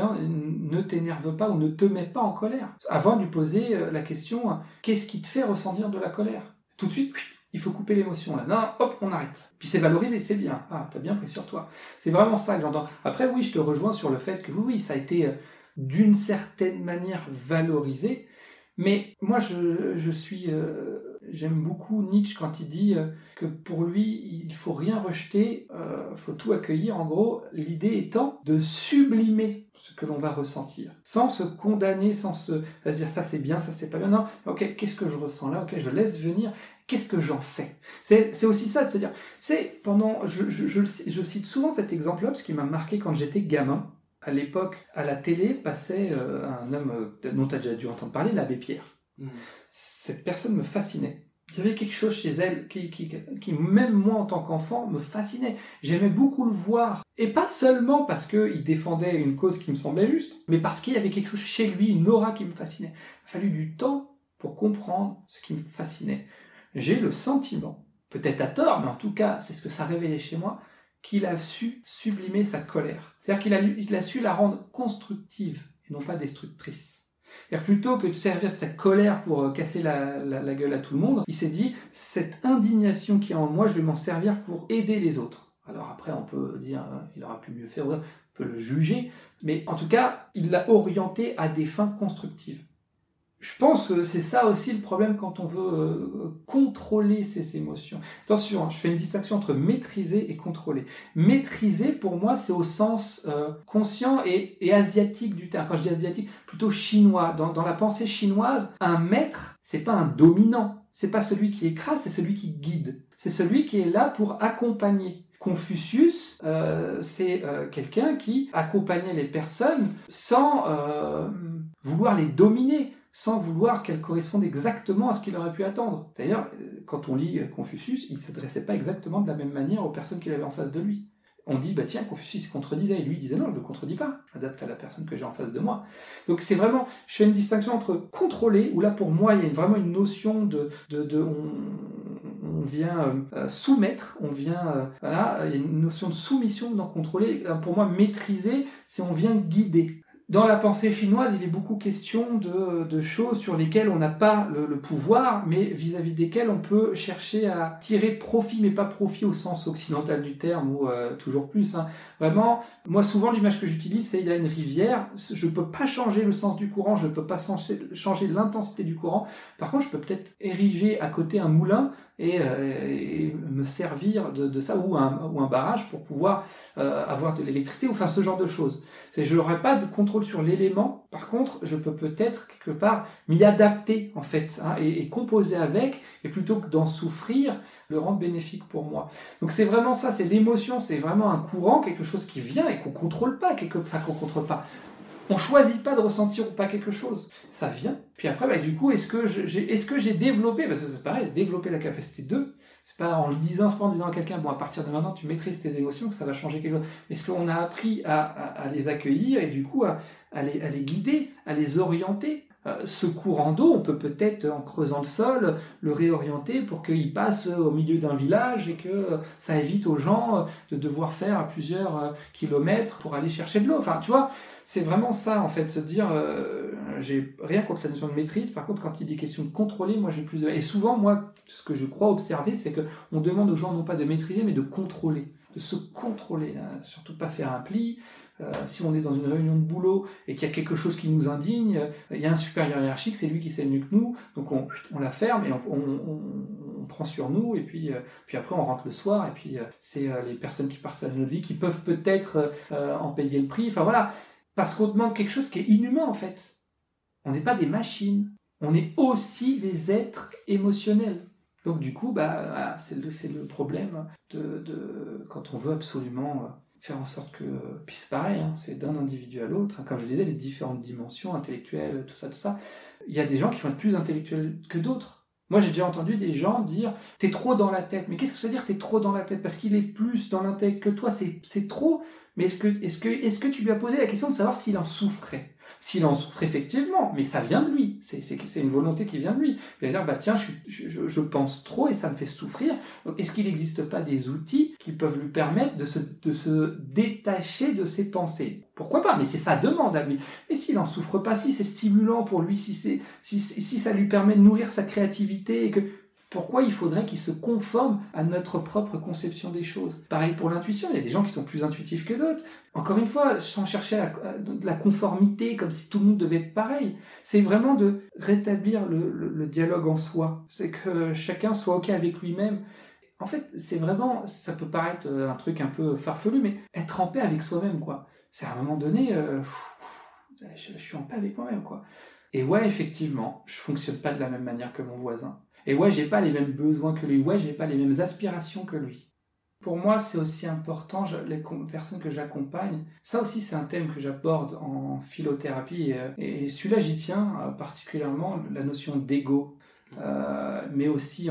ne t'énerve pas ou ne te mets pas en colère. Avant de lui poser euh, la question, euh, qu'est-ce qui te fait ressentir de la colère ? Tout de suite, il faut couper l'émotion. Là. Non, hop, on arrête. Puis c'est valorisé, c'est bien. Ah, t'as bien pris sur toi. C'est vraiment ça que j'entends. Après, oui, je te rejoins sur le fait que oui, oui, ça a été euh, d'une certaine manière valorisé. Mais moi, je, je suis, euh, j'aime beaucoup Nietzsche quand il dit euh, que pour lui, il faut rien rejeter, euh, faut tout accueillir. En gros, l'idée étant de sublimer ce que l'on va ressentir, sans se condamner, sans se, se dire ça c'est bien, ça c'est pas bien. Non, ok, qu'est-ce que je ressens là ? Ok, je laisse venir. Qu'est-ce que j'en fais ? C'est, c'est aussi ça de se dire. C'est pendant, je, je, je, je cite souvent cet exemple-là parce qu'il m'a marqué quand j'étais gamin. à l'époque, à la télé, passait euh, un homme euh, dont tu as déjà dû entendre parler, l'abbé Pierre. Mmh. Cette personne me fascinait. Il y avait quelque chose chez elle qui, qui, qui, même moi en tant qu'enfant, me fascinait. J'aimais beaucoup le voir. Et pas seulement parce qu'il défendait une cause qui me semblait juste, mais parce qu'il y avait quelque chose chez lui, une aura qui me fascinait. Il a fallu du temps pour comprendre ce qui me fascinait. J'ai le sentiment, peut-être à tort, mais en tout cas, c'est ce que ça révélait chez moi, qu'il a su sublimer sa colère. C'est-à-dire qu'il a, il a su la rendre constructive et non pas destructrice. C'est-à-dire plutôt que de servir de sa colère pour casser la, la, la gueule à tout le monde, il s'est dit, cette indignation qui est en moi, je vais m'en servir pour aider les autres. Alors après, on peut dire, hein, il aura pu mieux faire, on peut le juger, mais en tout cas, il l'a orienté à des fins constructives. Je pense que c'est ça aussi le problème quand on veut euh, contrôler ses émotions. Attention, hein, je fais une distinction entre maîtriser et contrôler. Maîtriser, pour moi, c'est au sens euh, conscient et, et asiatique du terme. Quand je dis asiatique, plutôt chinois. Dans, dans la pensée chinoise, un maître, c'est pas un dominant. C'est pas celui qui écrase, c'est celui qui guide. C'est celui qui est là pour accompagner. Confucius, euh, c'est euh, quelqu'un qui accompagnait les personnes sans euh, vouloir les dominer, sans vouloir qu'elles correspondent exactement à ce qu'il aurait pu attendre. D'ailleurs, quand on lit Confucius, il ne s'adressait pas exactement de la même manière aux personnes qu'il avait en face de lui. On dit, bah tiens, Confucius se contredisait, et lui il disait non, je ne le contredis pas, je m'adapte à la personne que j'ai en face de moi. Donc c'est vraiment, je fais une distinction entre contrôler, où là pour moi il y a vraiment une notion de, de, de on, on vient euh, soumettre, on vient, euh, voilà, il y a une notion de soumission dans contrôler. Pour moi, maîtriser, c'est on vient guider. Dans la pensée chinoise, il est beaucoup question de, de choses sur lesquelles on n'a pas le, le pouvoir, mais vis-à-vis desquelles on peut chercher à tirer profit, mais pas profit au sens occidental du terme, ou euh, toujours plus. Hein. Vraiment, moi souvent l'image que j'utilise, c'est il y a une rivière, je ne peux pas changer le sens du courant, je ne peux pas changer, changer l'intensité du courant, par contre je peux peut-être ériger à côté un moulin, Et, euh, et me servir de, de ça, ou un, ou un barrage pour pouvoir euh, avoir de l'électricité, ou enfin ce genre de choses. C'est, je n'aurai pas de contrôle sur l'élément, par contre, je peux peut-être quelque part m'y adapter, en fait, hein, et, et composer avec, et plutôt que d'en souffrir, le rendre bénéfique pour moi. Donc c'est vraiment ça, c'est l'émotion, c'est vraiment un courant, quelque chose qui vient et qu'on ne contrôle pas, quelque, enfin qu'on contrôle pas. On choisit pas de ressentir ou pas quelque chose, ça vient. Puis après, bah, du coup, est-ce que j'ai, est-ce que j'ai développé, parce que c'est pareil, développer la capacité de, c'est pas en le disant, c'est pas en disant à quelqu'un, bon, à partir de maintenant, tu maîtrises tes émotions, que ça va changer quelque chose. Mais est-ce qu'on a appris à, à, à les accueillir et du coup à, à, les, à les guider, à les orienter? Ce courant d'eau, on peut peut-être, en creusant le sol, le réorienter pour qu'il passe au milieu d'un village et que ça évite aux gens de devoir faire plusieurs kilomètres pour aller chercher de l'eau. Enfin, tu vois, c'est vraiment ça, en fait, se dire, euh, j'ai rien contre la notion de maîtrise, par contre, quand il est question de contrôler, moi j'ai plus de... Et souvent, moi, ce que je crois observer, c'est qu'on demande aux gens non pas de maîtriser, mais de contrôler, de se contrôler, là. Surtout pas faire un pli. Euh, si on est dans une réunion de boulot et qu'il y a quelque chose qui nous indigne, euh, il y a un supérieur hiérarchique, c'est lui qui sait mieux que nous, donc on, on la ferme et on, on, on, on prend sur nous, et puis, euh, puis après on rentre le soir, et puis euh, c'est euh, les personnes qui partagent notre vie qui peuvent peut-être euh, en payer le prix, enfin voilà, parce qu'on demande quelque chose qui est inhumain en fait. On n'est pas des machines, on est aussi des êtres émotionnels. Donc du coup, bah, voilà, c'est, le, c'est le problème de, de, quand on veut absolument... Euh, faire en sorte que, puis c'est pareil, hein, c'est d'un individu à l'autre, hein, comme je disais, les différentes dimensions intellectuelles, tout ça, tout ça, il y a des gens qui vont être plus intellectuels que d'autres. Moi, j'ai déjà entendu des gens dire « t'es trop dans la tête ». Mais qu'est-ce que ça veut dire « t'es trop dans la tête » ? Parce qu'il est plus dans l'intellect que toi, c'est, c'est trop. Mais est-ce que, est-ce, que, est-ce que tu lui as posé la question de savoir s'il en souffrait ? S'il en souffre effectivement, mais ça vient de lui, c'est, c'est, c'est une volonté qui vient de lui. Il va dire, bah tiens, je, je, je pense trop et ça me fait souffrir, donc est-ce qu'il n'existe pas des outils qui peuvent lui permettre de se, de se détacher de ses pensées ? Pourquoi pas ? Mais c'est sa demande à lui. Et s'il n'en souffre pas, si c'est stimulant pour lui, si, c'est, si, si ça lui permet de nourrir sa créativité, et que... pourquoi il faudrait qu'il se conforme à notre propre conception des choses ? Pareil pour l'intuition, il y a des gens qui sont plus intuitifs que d'autres. Encore une fois, sans chercher la, la conformité, comme si tout le monde devait être pareil. C'est vraiment de rétablir le, le, le dialogue en soi. C'est que chacun soit OK avec lui-même. En fait, c'est vraiment, ça peut paraître un truc un peu farfelu, mais être en paix avec soi-même, quoi. C'est à un moment donné, euh, pff, je, je suis en paix avec moi-même, quoi. Et ouais, effectivement, je fonctionne pas de la même manière que mon voisin. Et ouais, j'ai pas les mêmes besoins que lui. Ouais, j'ai pas les mêmes aspirations que lui. Pour moi, c'est aussi important, je, les com- personnes que j'accompagne, ça aussi c'est un thème que j'aborde en philothérapie, et, et celui-là j'y tiens euh, particulièrement, la notion d'ego, euh, mais aussi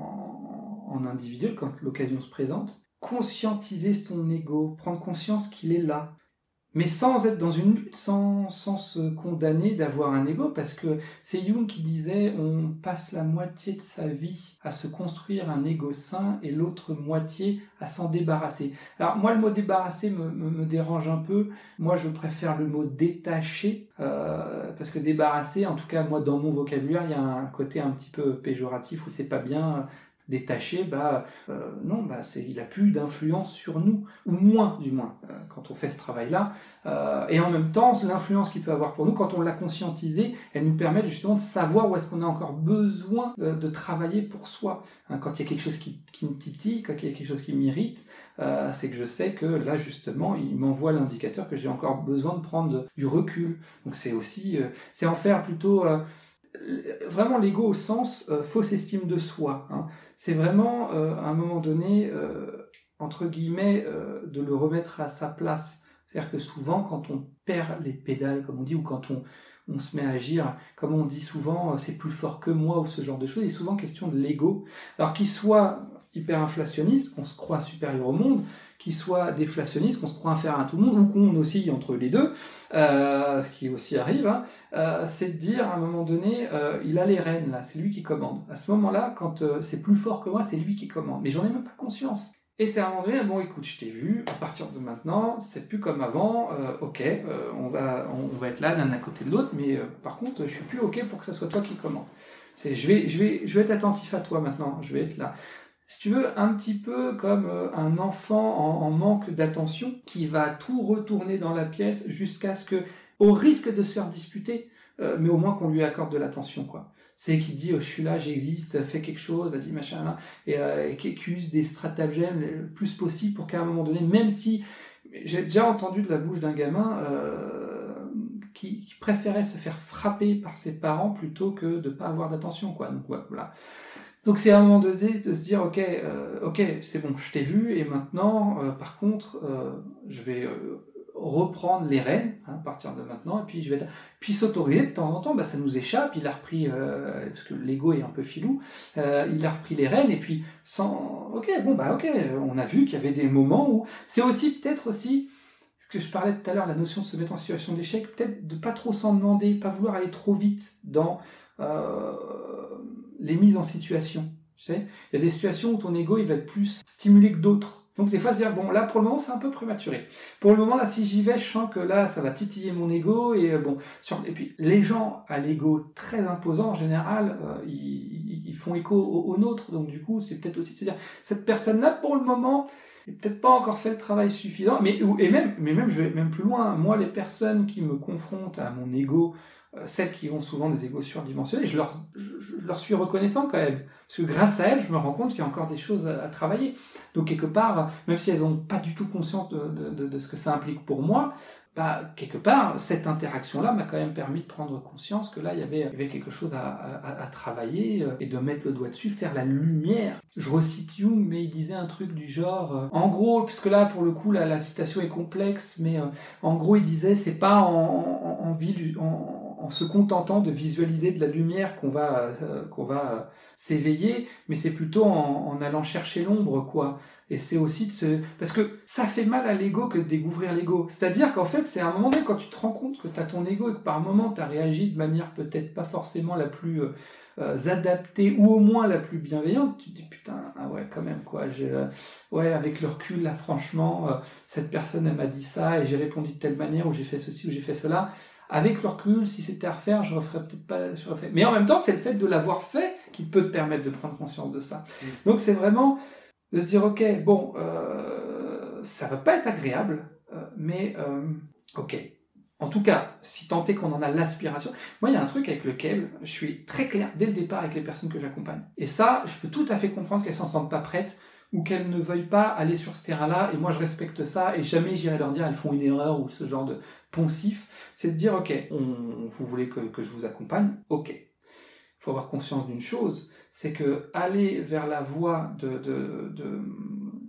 en, en individuel quand l'occasion se présente. Conscientiser son ego, prendre conscience qu'il est là, mais sans être dans une lutte, sans, sans se condamner d'avoir un ego, parce que c'est Jung qui disait on passe la moitié de sa vie à se construire un ego sain et l'autre moitié à s'en débarrasser. Alors moi, le mot débarrasser me, me, me dérange un peu. Moi, je préfère le mot détacher, euh, parce que débarrasser, en tout cas moi dans mon vocabulaire, il y a un côté un petit peu péjoratif où c'est pas bien. Détaché, bah euh, non, bah c'est, il a plus d'influence sur nous, ou moins du moins, euh, quand on fait ce travail-là. Euh, et en même temps, l'influence qu'il peut avoir pour nous, quand on l'a conscientisé, elle nous permet justement de savoir où est-ce qu'on a encore besoin de, de travailler pour soi. Hein, quand il y a quelque chose qui, qui me titille, quand il y a quelque chose qui m'irrite, euh, c'est que je sais que là justement, il m'envoie l'indicateur que j'ai encore besoin de prendre du recul. Donc c'est aussi, euh, c'est en faire plutôt... Euh, vraiment l'ego au sens euh, fausse estime de soi. Hein. C'est vraiment, euh, à un moment donné, euh, entre guillemets, euh, de le remettre à sa place. C'est-à-dire que souvent, quand on perd les pédales, comme on dit, ou quand on, on se met à agir, comme on dit souvent, euh, c'est plus fort que moi, ou ce genre de choses, il est souvent question de l'ego. Alors qu'il soit hyperinflationniste, qu'on se croit supérieur au monde, qu'il soit déflationniste, qu'on se croit inférieur à tout le monde, ou qu'on oscille entre les deux, euh, ce qui aussi arrive, hein, euh, c'est de dire à un moment donné, euh, il a les rênes, là, c'est lui qui commande. À ce moment-là, quand euh, c'est plus fort que moi, c'est lui qui commande. Mais j'en ai même pas conscience. Et c'est à un moment donné, bon écoute, je t'ai vu, à partir de maintenant, c'est plus comme avant, euh, ok, euh, on, va, on, on va être là l'un à côté de l'autre, mais euh, par contre, je suis plus ok pour que ce soit toi qui commande. C'est, je, vais, je, vais, je vais être attentif à toi maintenant, je vais être là. Si tu veux, un petit peu comme un enfant en, en manque d'attention qui va tout retourner dans la pièce jusqu'à ce que, au risque de se faire disputer, euh, mais au moins qu'on lui accorde de l'attention, quoi. C'est qu'il dit, oh, je suis là, j'existe, fais quelque chose, vas-y, machin, là, et, euh, et qui use des stratagèmes le plus possible pour qu'à un moment donné, même si, j'ai déjà entendu de la bouche d'un gamin euh, qui, qui préférait se faire frapper par ses parents plutôt que de ne pas avoir d'attention, quoi. Donc, ouais, voilà. Donc c'est à un moment donné de se dire ok, euh, ok, c'est bon, je t'ai vu et maintenant, euh, par contre, euh, je vais euh, reprendre les rênes hein, à partir de maintenant et puis je vais puis s'autoriser de temps en temps, bah ça nous échappe. Il a repris euh, parce que l'ego est un peu filou, euh, il a repris les rênes et puis sans ok, bon bah ok, on a vu qu'il y avait des moments où c'est aussi peut-être aussi que je parlais tout à l'heure, la notion de se mettre en situation d'échec, peut-être de pas trop s'en demander, pas vouloir aller trop vite dans euh, les mises en situation. Tu sais, il y a des situations où ton ego il va être plus stimulé que d'autres. Donc des fois se dire bon là pour le moment c'est un peu prématuré. Pour le moment là si j'y vais je sens que là ça va titiller mon ego et euh, bon sur... et puis les gens à l'ego très imposant en général euh, ils, ils font écho au, au nôtre donc du coup c'est peut-être aussi de se dire cette personne là pour le moment n'a peut-être pas encore fait le travail suffisant mais et même mais même je vais même plus loin. Moi les personnes qui me confrontent à mon ego, euh, celles qui ont souvent des égos surdimensionnés, je leur je, je leur suis reconnaissant quand même. Parce que grâce à elles, je me rends compte qu'il y a encore des choses à, à travailler. Donc quelque part, même si elles n'ont pas du tout conscience de, de, de, de ce que ça implique pour moi, bah, quelque part, cette interaction-là m'a quand même permis de prendre conscience que là, il y avait, il y avait quelque chose à, à, à travailler euh, et de mettre le doigt dessus, faire la lumière. Je recite Jung, mais il disait un truc du genre... Euh, en gros, puisque là, pour le coup, la, la citation est complexe, mais euh, en gros, il disait, c'est pas en, en, en, ville, en en se contentant de visualiser de la lumière qu'on va, euh, qu'on va euh, s'éveiller, mais c'est plutôt en, en allant chercher l'ombre, quoi. Et c'est aussi de se... Parce que ça fait mal à l'ego que de découvrir l'ego. C'est-à-dire qu'en fait, c'est à un moment donné, quand tu te rends compte que tu as ton ego et que par moment, tu as réagi de manière peut-être pas forcément la plus euh, euh, adaptée, ou au moins la plus bienveillante, tu te dis, putain, ah ouais, quand même, quoi. J'ai, euh, ouais, avec le recul, là, franchement, euh, cette personne, elle m'a dit ça, et j'ai répondu de telle manière, ou j'ai fait ceci, ou j'ai fait cela. Avec le recul, si c'était à refaire, je referais peut-être pas, je referais. Mais en même temps, c'est le fait de l'avoir fait qui peut te permettre de prendre conscience de ça. Mmh. Donc c'est vraiment de se dire, ok, bon, euh, ça va pas être agréable, euh, mais euh, ok. En tout cas, si tant est qu'on en a l'aspiration, moi il y a un truc avec lequel je suis très clair dès le départ avec les personnes que j'accompagne. Et ça, je peux tout à fait comprendre qu'elles s'en sentent pas prêtes ou qu'elles ne veuillent pas aller sur ce terrain-là, et moi je respecte ça, et jamais j'irai leur dire elles font une erreur ou ce genre de poncif. C'est de dire, ok, on, vous voulez que, que je vous accompagne, ok. Il faut avoir conscience d'une chose, c'est que aller vers la voie de, de, de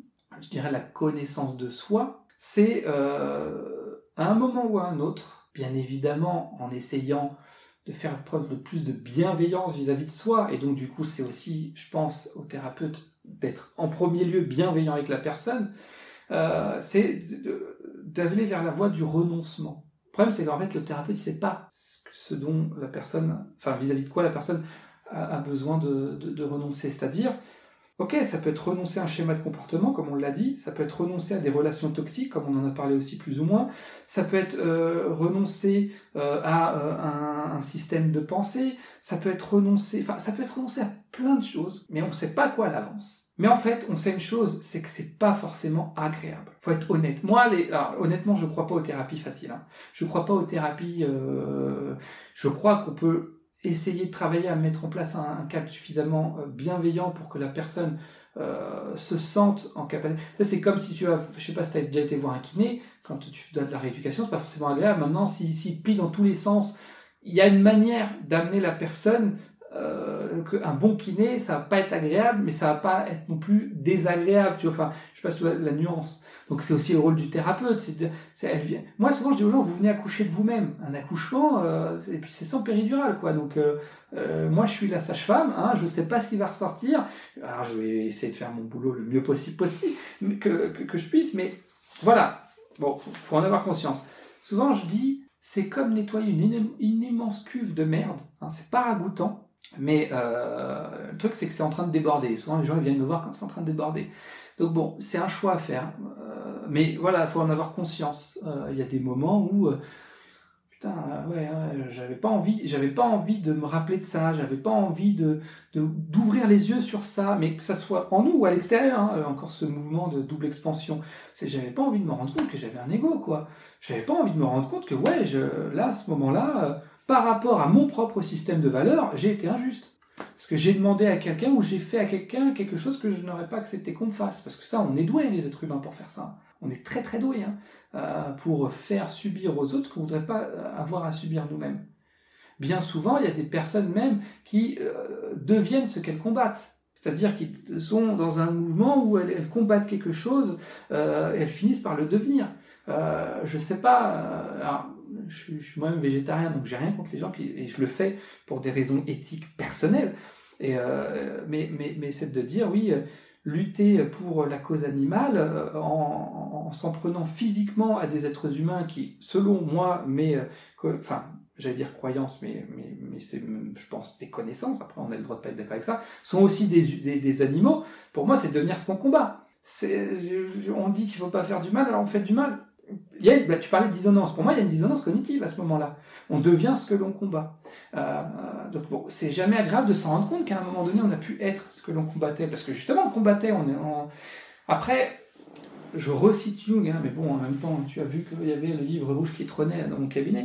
je dirais, la connaissance de soi, c'est euh, à un moment ou à un autre, bien évidemment en essayant de faire preuve de plus de bienveillance vis-à-vis de soi, et donc du coup c'est aussi, je pense, au thérapeute d'être en premier lieu bienveillant avec la personne, euh, c'est d'aller vers la voie du renoncement. Le problème c'est qu'en fait le thérapeute ne sait pas ce dont la personne, enfin vis-à-vis de quoi la personne a, a besoin de, de, de renoncer, c'est-à-dire ok, ça peut être renoncer à un schéma de comportement, comme on l'a dit, ça peut être renoncer à des relations toxiques, comme on en a parlé aussi plus ou moins, ça peut être euh, renoncer euh, à euh, un, un système de pensée, ça peut être renoncer, enfin, ça peut être renoncer à plein de choses, mais on ne sait pas quoi à l'avance. Mais en fait, on sait une chose, c'est que c'est pas forcément agréable. Faut être honnête. Moi, les, alors, honnêtement, je crois pas aux thérapies faciles. Hein. Je crois pas aux thérapies. Euh, je crois qu'on peut essayer de travailler à mettre en place un, un cadre suffisamment bienveillant pour que la personne euh, se sente en capacité. Ça, c'est comme si tu as, je sais pas si tu as déjà été voir un kiné, quand tu donnes de la rééducation, c'est pas forcément agréable. Maintenant, s'il si, si plie dans tous les sens, il y a une manière d'amener la personne, euh, qu'un bon kiné, ça va pas être agréable, mais ça va pas être non plus désagréable. Tu vois, enfin, je sais pas si tu vois la nuance. Donc c'est aussi le rôle du thérapeute. C'est de, c'est, elle vient... Moi souvent je dis aux gens, vous venez accoucher de vous-même. Un accouchement, euh, et puis c'est sans péridurale, quoi. Donc euh, euh, moi je suis la sage-femme, hein, je sais pas ce qui va ressortir. Alors je vais essayer de faire mon boulot le mieux possible, possible que, que, que je puisse, mais voilà. Bon, faut en avoir conscience. Souvent je dis, c'est comme nettoyer une, une immense cuve de merde. Hein, c'est pas ragoûtant, mais euh, le truc c'est que c'est en train de déborder. Souvent les gens ils viennent me voir quand c'est en train de déborder. Donc bon, c'est un choix à faire, euh, mais voilà, il faut en avoir conscience. Euh, il y a des moments où, euh, putain, euh, ouais, ouais, j'avais pas envie, j'avais pas envie de me rappeler de ça, j'avais pas envie de, de d'ouvrir les yeux sur ça, mais que ça soit en nous ou à l'extérieur. Hein, encore ce mouvement de double expansion, c'est j'avais pas envie de me rendre compte que j'avais un ego, quoi. J'avais pas envie de me rendre compte que ouais, je, là, à ce moment-là, euh, par rapport à mon propre système de valeurs, j'ai été injuste. Parce que j'ai demandé à quelqu'un ou j'ai fait à quelqu'un quelque chose que je n'aurais pas accepté qu'on me fasse. Parce que ça, on est doué, les êtres humains, pour faire ça. On est très très doué hein, euh, pour faire subir aux autres ce qu'on ne voudrait pas avoir à subir nous-mêmes. Bien souvent, il y a des personnes même qui euh, deviennent ce qu'elles combattent. C'est-à-dire qu'ils sont dans un mouvement où elles, elles combattent quelque chose euh, et elles finissent par le devenir. Euh, je sais pas... Euh, alors, Je suis, je suis moi-même végétarien, donc j'ai rien contre les gens qui, et je le fais pour des raisons éthiques personnelles. Et euh, mais, mais, mais c'est de dire, oui, lutter pour la cause animale euh, en, en s'en prenant physiquement à des êtres humains qui, selon moi, mais, euh, enfin, j'allais dire croyances, mais, mais, mais c'est, je pense, des connaissances, après on a le droit de pas être d'accord avec ça, sont aussi des, des, des animaux. Pour moi, c'est devenir ce qu'on combat. C'est, on dit qu'il ne faut pas faire du mal, alors on fait du mal. Il y a, bah, tu parlais de dissonance. Pour moi, il y a une dissonance cognitive à ce moment-là. On devient ce que l'on combat. Euh, donc bon, c'est jamais agréable de s'en rendre compte qu'à un moment donné, on a pu être ce que l'on combattait. Parce que justement, on combattait. On est en... Après, je recite Jung, hein, mais bon, en même temps, tu as vu qu'il y avait le livre rouge qui trônait dans mon cabinet.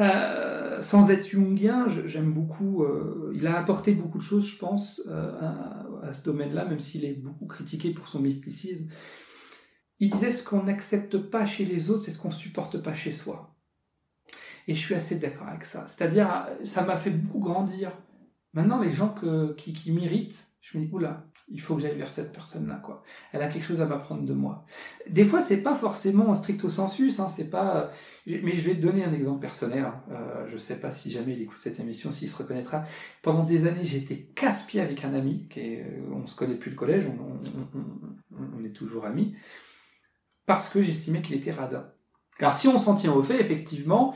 Euh, sans être jungien, j'aime beaucoup... Euh, il a apporté beaucoup de choses, je pense, euh, à, à ce domaine-là, même s'il est beaucoup critiqué pour son mysticisme. Il disait ce qu'on n'accepte pas chez les autres, c'est ce qu'on ne supporte pas chez soi. Et je suis assez d'accord avec ça. C'est-à-dire, ça m'a fait beaucoup grandir. Maintenant, les gens que, qui, qui m'irritent, je me dis, oula, il faut que j'aille vers cette personne-là, quoi. Elle a quelque chose à m'apprendre de moi. Des fois, c'est pas forcément stricto sensus, hein, c'est pas... Mais je vais te donner un exemple personnel. Hein. Euh, je sais pas si jamais il écoute cette émission, s'il se reconnaîtra. Pendant des années, j'ai été casse-pied avec un ami, qui est... on se connaît plus le collège, on, on, on, on est toujours amis, parce que j'estimais qu'il était radin. Alors si on s'en tient au fait, effectivement,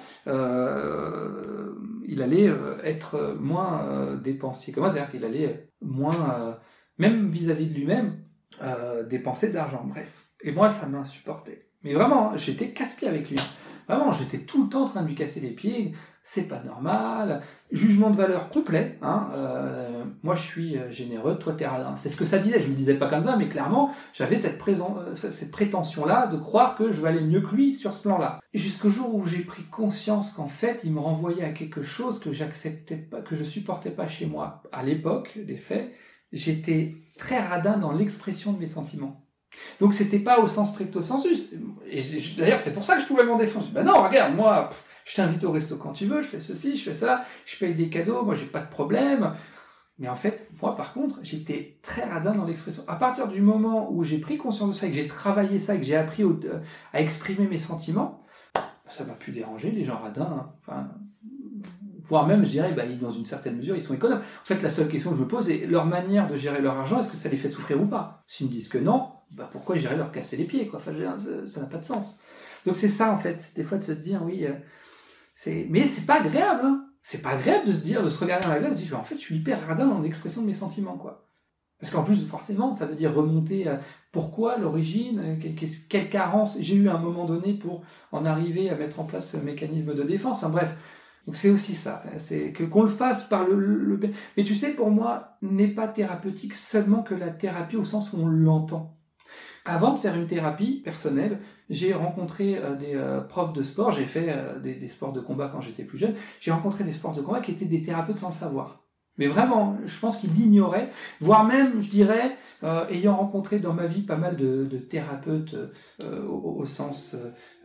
euh, il allait être moins euh, dépensier que moi, c'est-à-dire qu'il allait moins, euh, même vis-à-vis de lui-même, euh, dépenser de l'argent, bref. Et moi, ça m'insupportait. Mais vraiment, j'étais casse-pied avec lui. Vraiment, j'étais tout le temps en train de lui casser les pieds, c'est pas normal, jugement de valeur complet, hein, euh, moi je suis généreux, toi t'es radin. C'est ce que ça disait, je ne le disais pas comme ça, mais clairement, j'avais cette, présent, cette prétention-là de croire que je valais mieux que lui sur ce plan-là. Jusqu'au jour où j'ai pris conscience qu'en fait, il me renvoyait à quelque chose que j'acceptais pas, que je supportais pas chez moi. À l'époque des faits, j'étais très radin dans l'expression de mes sentiments. Donc c'était pas au sens stricto sensus. Et d'ailleurs, c'est pour ça que je pouvais m'en défendre. Ben non, regarde, moi, pff, je t'invite au resto quand tu veux, je fais ceci, je fais ça, je paye des cadeaux, moi j'ai pas de problème. Mais en fait, moi par contre, j'étais très radin dans l'expression. À partir du moment où j'ai pris conscience de ça, et que j'ai travaillé ça, et que j'ai appris au, à exprimer mes sentiments, ça m'a pu déranger les gens radins. Hein. Enfin, voire même, je dirais, bah, dans une certaine mesure, ils sont économes. En fait, la seule question que je me pose est leur manière de gérer leur argent, est-ce que ça les fait souffrir ou pas? S'ils me disent que non, bah, pourquoi j'irais leur casser les pieds, quoi? Enfin, ça, ça n'a pas de sens. Donc c'est ça, en fait, c'est des fois de se dire, oui, euh, c'est... mais c'est pas agréable, hein. C'est pas agréable de se dire, de se regarder dans la glace, de se dire, en fait, je suis hyper radin dans l'expression de mes sentiments, quoi. Parce qu'en plus, forcément, ça veut dire remonter à pourquoi, l'origine, quelle carence j'ai eu à un moment donné pour en arriver à mettre en place ce mécanisme de défense. Enfin bref, donc c'est aussi ça, c'est que qu'on le fasse par le, le... Mais tu sais, pour moi, n'est pas thérapeutique seulement que la thérapie au sens où on l'entend. Avant de faire une thérapie personnelle, j'ai rencontré euh, des euh, profs de sport, j'ai fait euh, des, des sports de combat quand j'étais plus jeune, j'ai rencontré des sports de combat qui étaient des thérapeutes sans le savoir. Mais vraiment, je pense qu'ils l'ignoraient, voire même, je dirais, euh, ayant rencontré dans ma vie pas mal de, de thérapeutes euh, au, au sens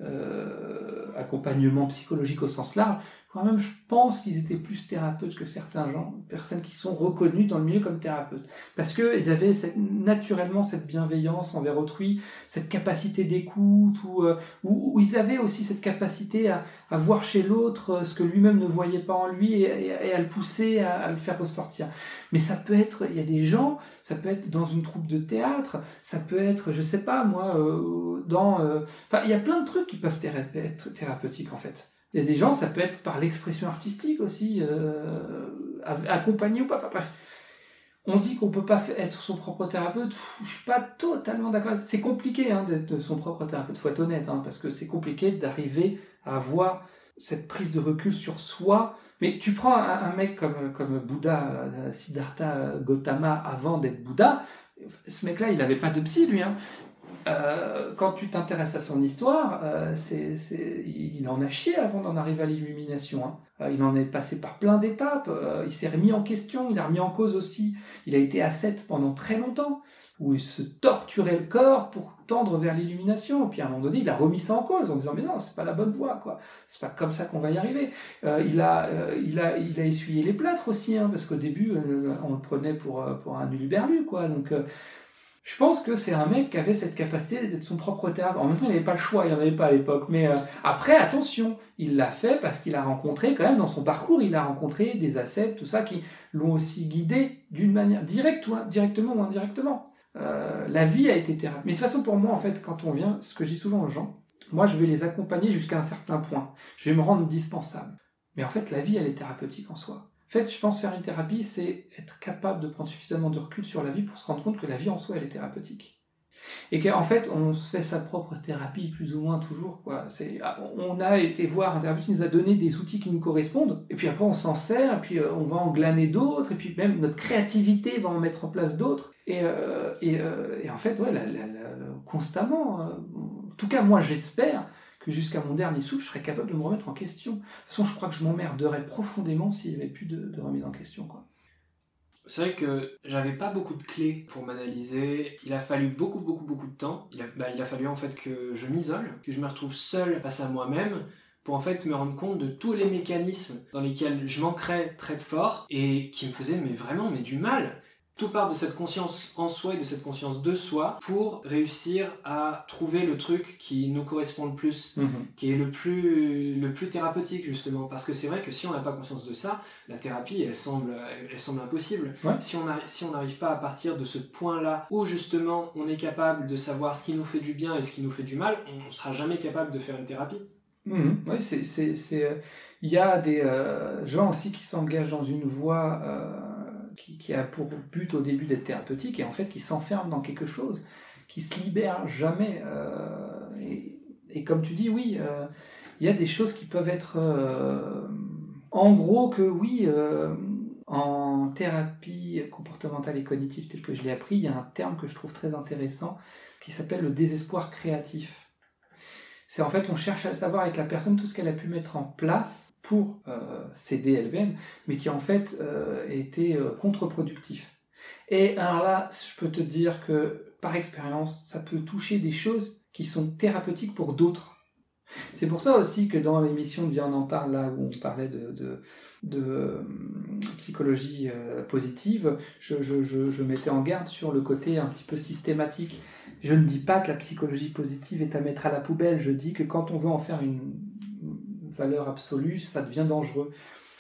euh, accompagnement psychologique au sens large, voire même je pense qu'ils étaient plus thérapeutes que certains gens, personnes qui sont reconnues dans le milieu comme thérapeutes. Parce qu'ils avaient cette, naturellement cette bienveillance envers autrui, cette capacité d'écoute, ou, euh, où, où ils avaient aussi cette capacité à, à voir chez l'autre ce que lui-même ne voyait pas en lui et, et, et à le pousser, à, à le faire ressortir. Mais ça peut être, il y a des gens, ça peut être dans une troupe de théâtre, ça peut être, je sais pas moi, euh, dans... Euh, enfin, il y a plein de trucs qui peuvent thé- être thérapeutiques en fait. Il y a des gens, ça peut être par l'expression artistique aussi, euh, accompagné ou pas, enfin bref. On dit qu'on peut pas être son propre thérapeute, je suis pas totalement d'accord. C'est compliqué hein, d'être son propre thérapeute, faut être honnête, hein, parce que c'est compliqué d'arriver à avoir cette prise de recul sur soi. Mais tu prends un, un mec comme, comme Bouddha, Siddhartha Gautama, avant d'être Bouddha, ce mec-là, il n'avait pas de psy, lui. Hein. Euh, quand tu t'intéresses à son histoire, euh, c'est, c'est, il en a chié avant d'en arriver à l'illumination. Hein. Euh, il en est passé par plein d'étapes, euh, il s'est remis en question, il a remis en cause aussi. Il a été ascète pendant très longtemps, où il se torturait le corps pour tendre vers l'illumination. Et puis à un moment donné, il a remis ça en cause en disant mais non, c'est pas la bonne voie, quoi. C'est pas comme ça qu'on va y arriver. Euh, il a, euh, il a, il a essuyé les plâtres aussi, hein, parce qu'au début, euh, on le prenait pour, pour un huluberlu, quoi. Donc euh, je pense que c'est un mec qui avait cette capacité d'être son propre thérapeute. En même temps, il n'avait pas le choix, il n'y en avait pas à l'époque. Mais euh, après, attention, il l'a fait parce qu'il a rencontré, quand même, dans son parcours, il a rencontré des ascètes, tout ça, qui l'ont aussi guidé d'une manière directe ou directement ou indirectement. Euh, la vie a été thérapie. Mais de toute façon, pour moi, en fait, quand on vient, ce que je dis souvent aux gens, moi, je vais les accompagner jusqu'à un certain point. Je vais me rendre dispensable. Mais en fait, la vie, elle est thérapeutique en soi. En fait, je pense faire une thérapie, c'est être capable de prendre suffisamment de recul sur la vie pour se rendre compte que la vie en soi, elle est thérapeutique. Et qu'en fait, on se fait sa propre thérapie, plus ou moins toujours, quoi. C'est, on a été voir un thérapeute qui nous a donné des outils qui nous correspondent, et puis après on s'en sert, et puis on va en glaner d'autres, et puis même notre créativité va en mettre en place d'autres. Et, euh, et, euh, et en fait, ouais, la, la, la, constamment, euh, en tout cas moi j'espère, que jusqu'à mon dernier souffle, je serais capable de me remettre en question. De toute façon, je crois que je m'emmerderais profondément s'il n'y avait plus de, de remise en question, quoi. C'est vrai que j'avais pas beaucoup de clés pour m'analyser. Il a fallu beaucoup, beaucoup, beaucoup de temps. Il a, bah, il a fallu en fait que je m'isole, que je me retrouve seul face à moi-même, pour en fait me rendre compte de tous les mécanismes dans lesquels je manquerais très fort et qui me faisaient mais vraiment mais du mal. Tout part de cette conscience en soi et de cette conscience de soi pour réussir à trouver le truc qui nous correspond le plus, mmh. qui est le plus, le plus thérapeutique justement. Parce que c'est vrai que si on n'a pas conscience de ça, la thérapie elle semble, elle semble impossible. Ouais. Si on n'arrive si on pas à partir de ce point-là où justement on est capable de savoir ce qui nous fait du bien et ce qui nous fait du mal, on ne sera jamais capable de faire une thérapie. Mmh. Oui, c'est, c'est, c'est, euh, y a des euh, gens aussi qui s'engagent dans une voie euh, qui, qui a pour but au début d'être thérapeutique et en fait qui s'enferment dans quelque chose, qui se libèrent jamais. Euh, et, et comme tu dis, oui, il euh, y a des choses qui peuvent être... Euh, en gros que oui, euh, en thérapie comportementale et cognitive telle que je l'ai appris, il y a un terme que je trouve très intéressant qui s'appelle le désespoir créatif. C'est en fait, on cherche à savoir avec la personne tout ce qu'elle a pu mettre en place pour euh, s'aider elle-même, mais qui en fait euh, était euh, contre-productif. Et alors là, je peux te dire que par expérience, ça peut toucher des choses qui sont thérapeutiques pour d'autres. C'est pour ça aussi que dans l'émission de Viens on en parle, là où on parlait de, de, de euh, psychologie euh, positive, je, je, je, je mettais en garde sur le côté un petit peu systématique. Je ne dis pas que la psychologie positive est à mettre à la poubelle, je dis que quand on veut en faire une valeur absolue, ça devient dangereux.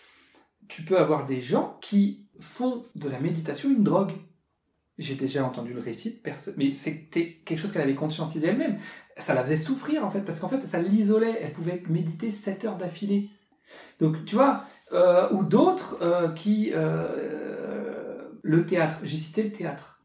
Tu peux avoir des gens qui font de la méditation une drogue. J'ai déjà entendu le récit de personne, mais c'était quelque chose qu'elle avait conscientisé elle-même. Ça la faisait souffrir, en fait, parce qu'en fait, ça l'isolait. Elle pouvait méditer sept heures d'affilée. Donc, tu vois, euh, ou d'autres euh, qui... Euh, le théâtre, j'ai cité le théâtre.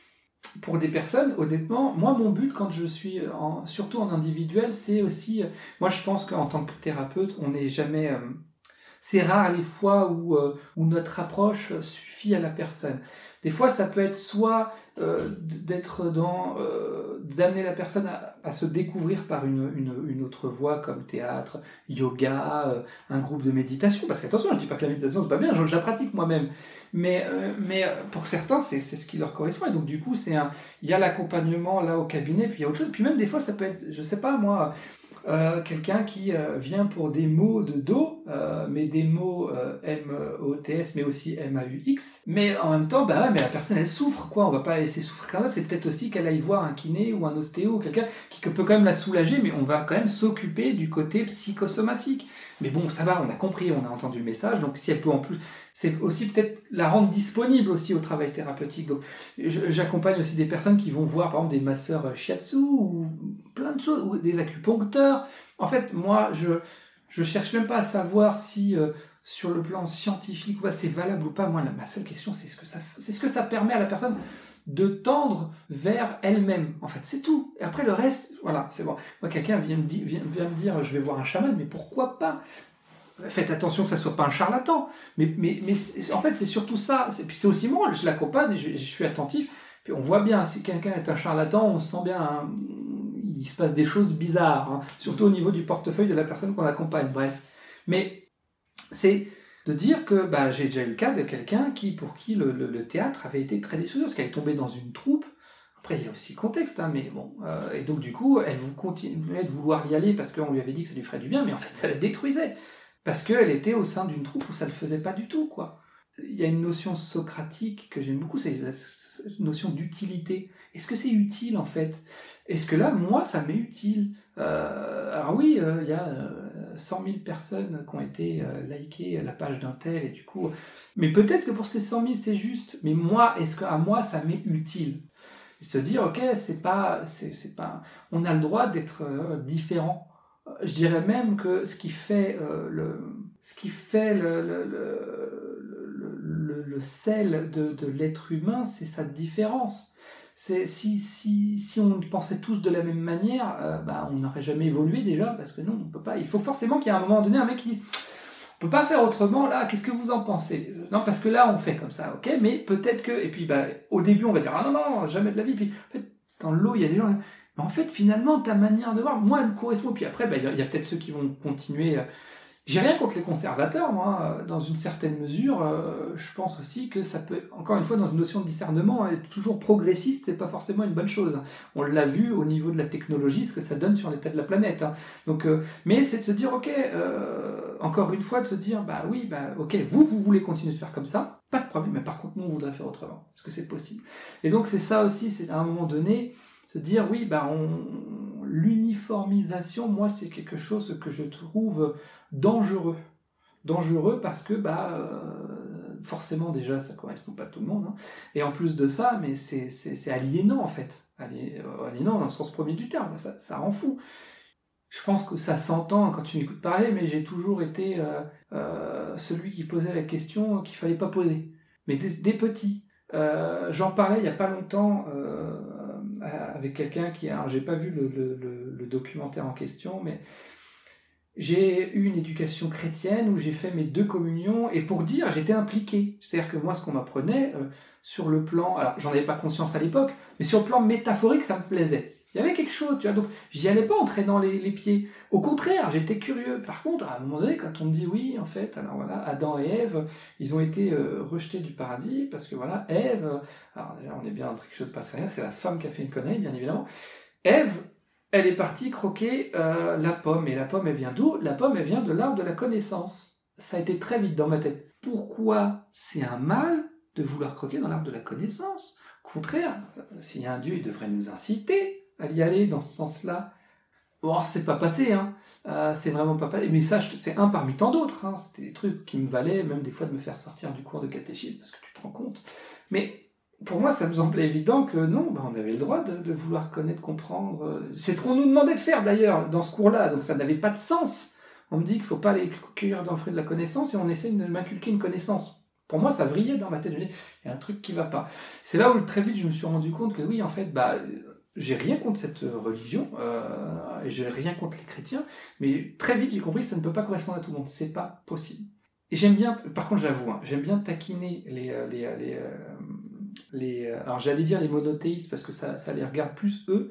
Pour des personnes, honnêtement, moi, mon but, quand je suis, en, surtout en individuel, c'est aussi... Moi, je pense qu'en tant que thérapeute, on n'est jamais... Euh, c'est rare les fois où, euh, où notre approche suffit à la personne. Des fois, ça peut être soit euh, d'être dans, euh, d'amener la personne à, à se découvrir par une, une, une autre voie comme théâtre, yoga, euh, un groupe de méditation. Parce qu'attention, je dis pas que la méditation c'est pas bien, je, je la pratique moi-même. Mais, euh, mais pour certains, c'est, c'est ce qui leur correspond. Et donc du coup, c'est un, il y a l'accompagnement là au cabinet, puis il y a autre chose. Puis même des fois, ça peut être, je sais pas moi. Euh, quelqu'un qui euh, vient pour des mots de dos, euh, mais des mots euh, M O T S, mais aussi M A U X. Mais en même temps, bah ouais, mais la personne, elle souffre, quoi. On va pas la laisser souffrir comme ça. C'est peut-être aussi qu'elle aille voir un kiné ou un ostéo, ou quelqu'un qui peut quand même la soulager, mais on va quand même s'occuper du côté psychosomatique. Mais bon, ça va, on a compris, on a entendu le message, donc si elle peut en plus... C'est aussi peut-être la rendre disponible aussi au travail thérapeutique. Donc, j'accompagne aussi des personnes qui vont voir, par exemple, des masseurs shiatsu ou plein de choses, ou des acupuncteurs. En fait, moi, je je cherche même pas à savoir si euh, sur le plan scientifique, ouais, c'est valable ou pas. Moi, la, ma seule question, c'est ce que ça, c'est ce que ça permet à la personne de tendre vers elle-même. En fait, c'est tout. Et après, le reste, voilà, c'est bon. Moi, quelqu'un vient me dire, vient, vient me dire, je vais voir un chaman, mais pourquoi pas? Faites attention que ça soit pas un charlatan. Mais, mais, mais en fait, c'est surtout ça. Et puis c'est aussi moi, je l'accompagne, je, je suis attentif. Puis on voit bien, si quelqu'un est un charlatan, on sent bien, hein, il se passe des choses bizarres, hein, surtout au niveau du portefeuille de la personne qu'on accompagne. Bref. Mais c'est de dire que bah, j'ai déjà eu le cas de quelqu'un qui, pour qui le, le, le théâtre avait été très destructeur, parce qu'elle est tombée dans une troupe. Après, il y a aussi le contexte, hein, mais bon. Euh, et donc, du coup, elle vous continuait de vouloir y aller parce qu'on lui avait dit que ça lui ferait du bien, mais en fait, ça la détruisait. Parce qu'elle était au sein d'une troupe où ça ne le faisait pas du tout, quoi. Il y a une notion socratique que j'aime beaucoup, c'est la notion d'utilité. Est-ce que c'est utile, en fait? Est-ce que là, moi, ça m'est utile? euh, Alors oui, euh, il y a euh, cent mille personnes qui ont été euh, likées la page d'un tel, et du coup... Mais peut-être que pour ces cent mille, c'est juste. Mais moi, est-ce qu'à moi, ça m'est utile? Et se dire, ok, c'est pas... C'est, c'est pas... On a le droit d'être euh, différent. Je dirais même que ce qui fait euh, le, ce qui fait le, le, le, le, le sel de, de l'être humain, c'est sa différence. C'est, si, si, si on pensait tous de la même manière, euh, bah, on n'aurait jamais évolué déjà, parce que non, on peut pas. Il faut forcément qu'il y ait un moment donné un mec qui dise on peut pas faire autrement, là, qu'est-ce que vous en pensez? Non, parce que là, on fait comme ça, ok, mais peut-être que. Et puis, bah, au début, on va dire ah non, non, jamais de la vie. Puis, en fait, dans l'eau, il y a des gens. Mais en fait, finalement, ta manière de voir, moi, elle me correspond. Puis après, bah, il y a peut-être ceux qui vont continuer. J'ai rien contre les conservateurs, moi, dans une certaine mesure. Euh, je pense aussi que ça peut, encore une fois, dans une notion de discernement, être toujours progressiste, c'est pas forcément une bonne chose. On l'a vu au niveau de la technologie, ce que ça donne sur l'état de la planète. Hein. Donc, euh, mais c'est de se dire, ok, euh, encore une fois, de se dire, bah oui, bah ok, vous, vous voulez continuer de faire comme ça, pas de problème. Mais par contre, nous, on voudrait faire autrement. Est-ce que c'est possible? Et donc, c'est ça aussi, c'est à un moment donné. Se dire, oui, bah on... l'uniformisation, moi, c'est quelque chose que je trouve dangereux. Dangereux parce que, bah, euh, forcément, déjà, ça ne correspond pas à tout le monde. Hein. Et en plus de ça, mais c'est, c'est, c'est aliénant, en fait. Aliénant dans le sens premier du terme, ça, ça rend fou. Je pense que ça s'entend quand tu m'écoutes parler, mais j'ai toujours été euh, euh, celui qui posait la question qu'il ne fallait pas poser. Mais des, des petits. Euh, j'en parlais il n'y a pas longtemps... Euh, avec quelqu'un qui... Alors, j'ai pas vu le, le, le, le documentaire en question, mais j'ai eu une éducation chrétienne où j'ai fait mes deux communions, et pour dire, j'étais impliqué. C'est-à-dire que moi, ce qu'on m'apprenait, euh, sur le plan... Alors, j'en avais pas conscience à l'époque, mais sur le plan métaphorique, ça me plaisait. Il y avait quelque chose, tu vois, donc j'y allais pas en traînant les, les pieds. Au contraire, j'étais curieux. Par contre, à un moment donné, quand on me dit oui, en fait, alors voilà, Adam et Ève, ils ont été euh, rejetés du paradis, parce que voilà, Ève, alors déjà, on est bien dans quelque chose de pas très bien, c'est la femme qui a fait une connerie, bien évidemment. Ève, elle est partie croquer euh, la pomme. Et la pomme, elle vient d'où? La pomme, elle vient de l'arbre de la connaissance. Ça a été très vite dans ma tête. Pourquoi c'est un mal de vouloir croquer dans l'arbre de la connaissance? Au contraire, s'il y a un Dieu, il devrait nous inciter à y aller dans ce sens-là. Bon, c'est pas passé, hein. Euh, c'est vraiment pas passé. Mais ça, c'est un parmi tant d'autres. Hein. C'était des trucs qui me valaient même des fois de me faire sortir du cours de catéchisme, parce que tu te rends compte. Mais pour moi, ça me semblait évident que non, bah, on avait le droit de, de vouloir connaître, comprendre. C'est ce qu'on nous demandait de faire d'ailleurs dans ce cours-là, donc ça n'avait pas de sens. On me dit qu'il ne faut pas aller cueillir dans le fruit de la connaissance et on essaie de m'inculquer une connaissance. Pour moi, ça vrillait dans ma tête. Il y a un truc qui ne va pas. C'est là où très vite je me suis rendu compte que oui, en fait, bah, j'ai rien contre cette religion, euh, et j'ai rien contre les chrétiens, mais très vite j'ai compris que ça ne peut pas correspondre à tout le monde. C'est pas possible. Et j'aime bien, par contre, j'avoue, hein, j'aime bien taquiner les, les, les, euh, les, alors j'allais dire les monothéistes parce que ça, ça les regarde plus eux,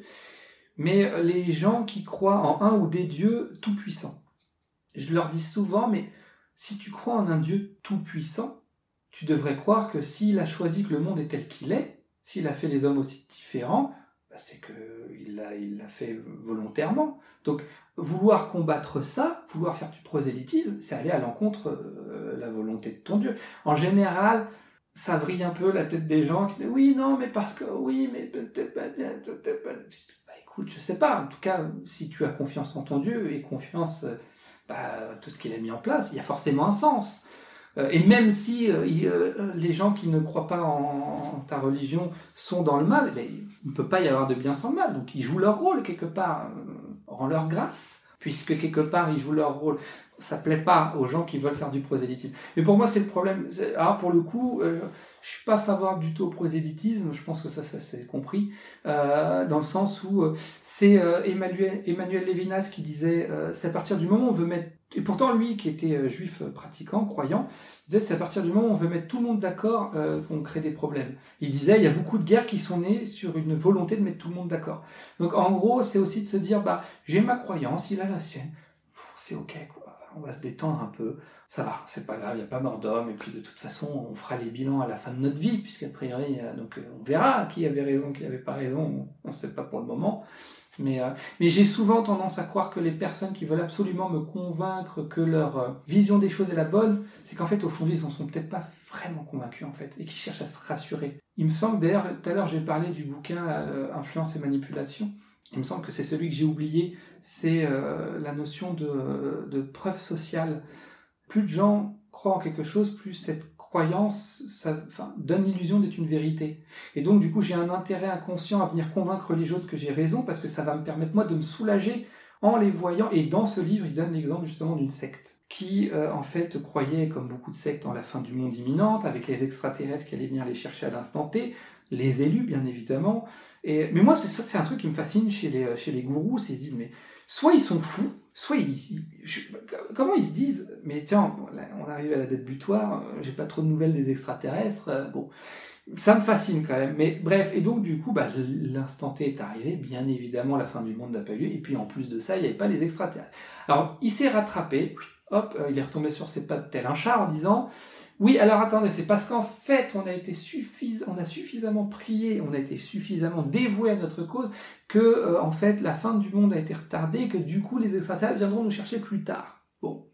mais les gens qui croient en un ou des dieux tout-puissants. Je leur dis souvent, mais si tu crois en un Dieu tout-puissant, tu devrais croire que s'il a choisi que le monde est tel qu'il est, s'il a fait les hommes aussi différents, bah c'est qu'il l'a, il l'a fait volontairement. Donc, vouloir combattre ça, vouloir faire du prosélytisme, c'est aller à l'encontre de la volonté de ton Dieu. En général, ça vrille un peu la tête des gens qui disent « Oui, non, mais parce que... Oui, mais peut-être pas bien... Peut-être pas... » Bah écoute, je sais pas. En tout cas, si tu as confiance en ton Dieu et confiance... Bah, tout ce qu'il a mis en place, il y a forcément un sens. Euh, et même si euh, il, euh, les gens qui ne croient pas en, en ta religion sont dans le mal, ben, il ne peut pas y avoir de bien sans le mal. Donc ils jouent leur rôle quelque part, euh, rend leur grâce, puisque quelque part ils jouent leur rôle. Ça ne plaît pas aux gens qui veulent faire du prosélytisme. Mais pour moi, c'est le problème. C'est, alors pour le coup, euh, je ne suis pas favorable du tout au prosélytisme, je pense que ça, ça c'est compris, euh, dans le sens où euh, c'est euh, Emmanuel, Emmanuel Lévinas qui disait euh, c'est à partir du moment où on veut mettre... Et pourtant, lui, qui était euh, juif pratiquant, croyant, il disait c'est à partir du moment où on veut mettre tout le monde d'accord euh, qu'on crée des problèmes. Il disait il y a beaucoup de guerres qui sont nées sur une volonté de mettre tout le monde d'accord. Donc en gros, c'est aussi de se dire bah j'ai ma croyance, il a la sienne, c'est ok quoi. On va se détendre un peu, ça va, c'est pas grave, il n'y a pas mort d'homme, et puis de toute façon, on fera les bilans à la fin de notre vie, puisqu'a priori, euh, donc, euh, on verra qui avait raison, qui n'avait pas raison, on ne sait pas pour le moment. Mais, euh, mais j'ai souvent tendance à croire que les personnes qui veulent absolument me convaincre que leur euh, vision des choses est la bonne, c'est qu'en fait, au fond, ils n'en sont peut-être pas vraiment convaincus, en fait, et qui cherchent à se rassurer. Il me semble, d'ailleurs, tout à l'heure, j'ai parlé du bouquin là, Influence et manipulation. Il me semble que c'est celui que j'ai oublié, c'est euh, la notion de, de preuve sociale. Plus de gens croient en quelque chose, plus cette croyance ça, enfin, donne l'illusion d'être une vérité. Et donc, du coup, j'ai un intérêt inconscient à venir convaincre les autres que j'ai raison, parce que ça va me permettre, moi, de me soulager en les voyant. Et dans ce livre, il donne l'exemple justement d'une secte qui, euh, en fait, croyait, comme beaucoup de sectes, en la fin du monde imminente, avec les extraterrestres qui allaient venir les chercher à l'instant T, les élus, bien évidemment. Et, mais moi, c'est ça, c'est un truc qui me fascine chez les, chez les gourous, c'est qu'ils se disent, mais soit ils sont fous, soit ils, ils je, comment ils se disent, mais tiens, là, on arrive à la date butoir, j'ai pas trop de nouvelles des extraterrestres, euh, bon, ça me fascine quand même. Mais bref, et donc du coup, bah, l'instant T est arrivé, bien évidemment, la fin du monde n'a pas eu lieu, et puis en plus de ça, il n'y avait pas les extraterrestres. Alors, il s'est rattrapé, hop, il est retombé sur ses pattes tel un chat en disant... Oui, alors attendez, c'est parce qu'en fait, on a été suffis... on a suffisamment prié, on a été suffisamment dévoué à notre cause, que euh, en fait, la fin du monde a été retardée, que du coup, les extraterrestres viendront nous chercher plus tard. Bon.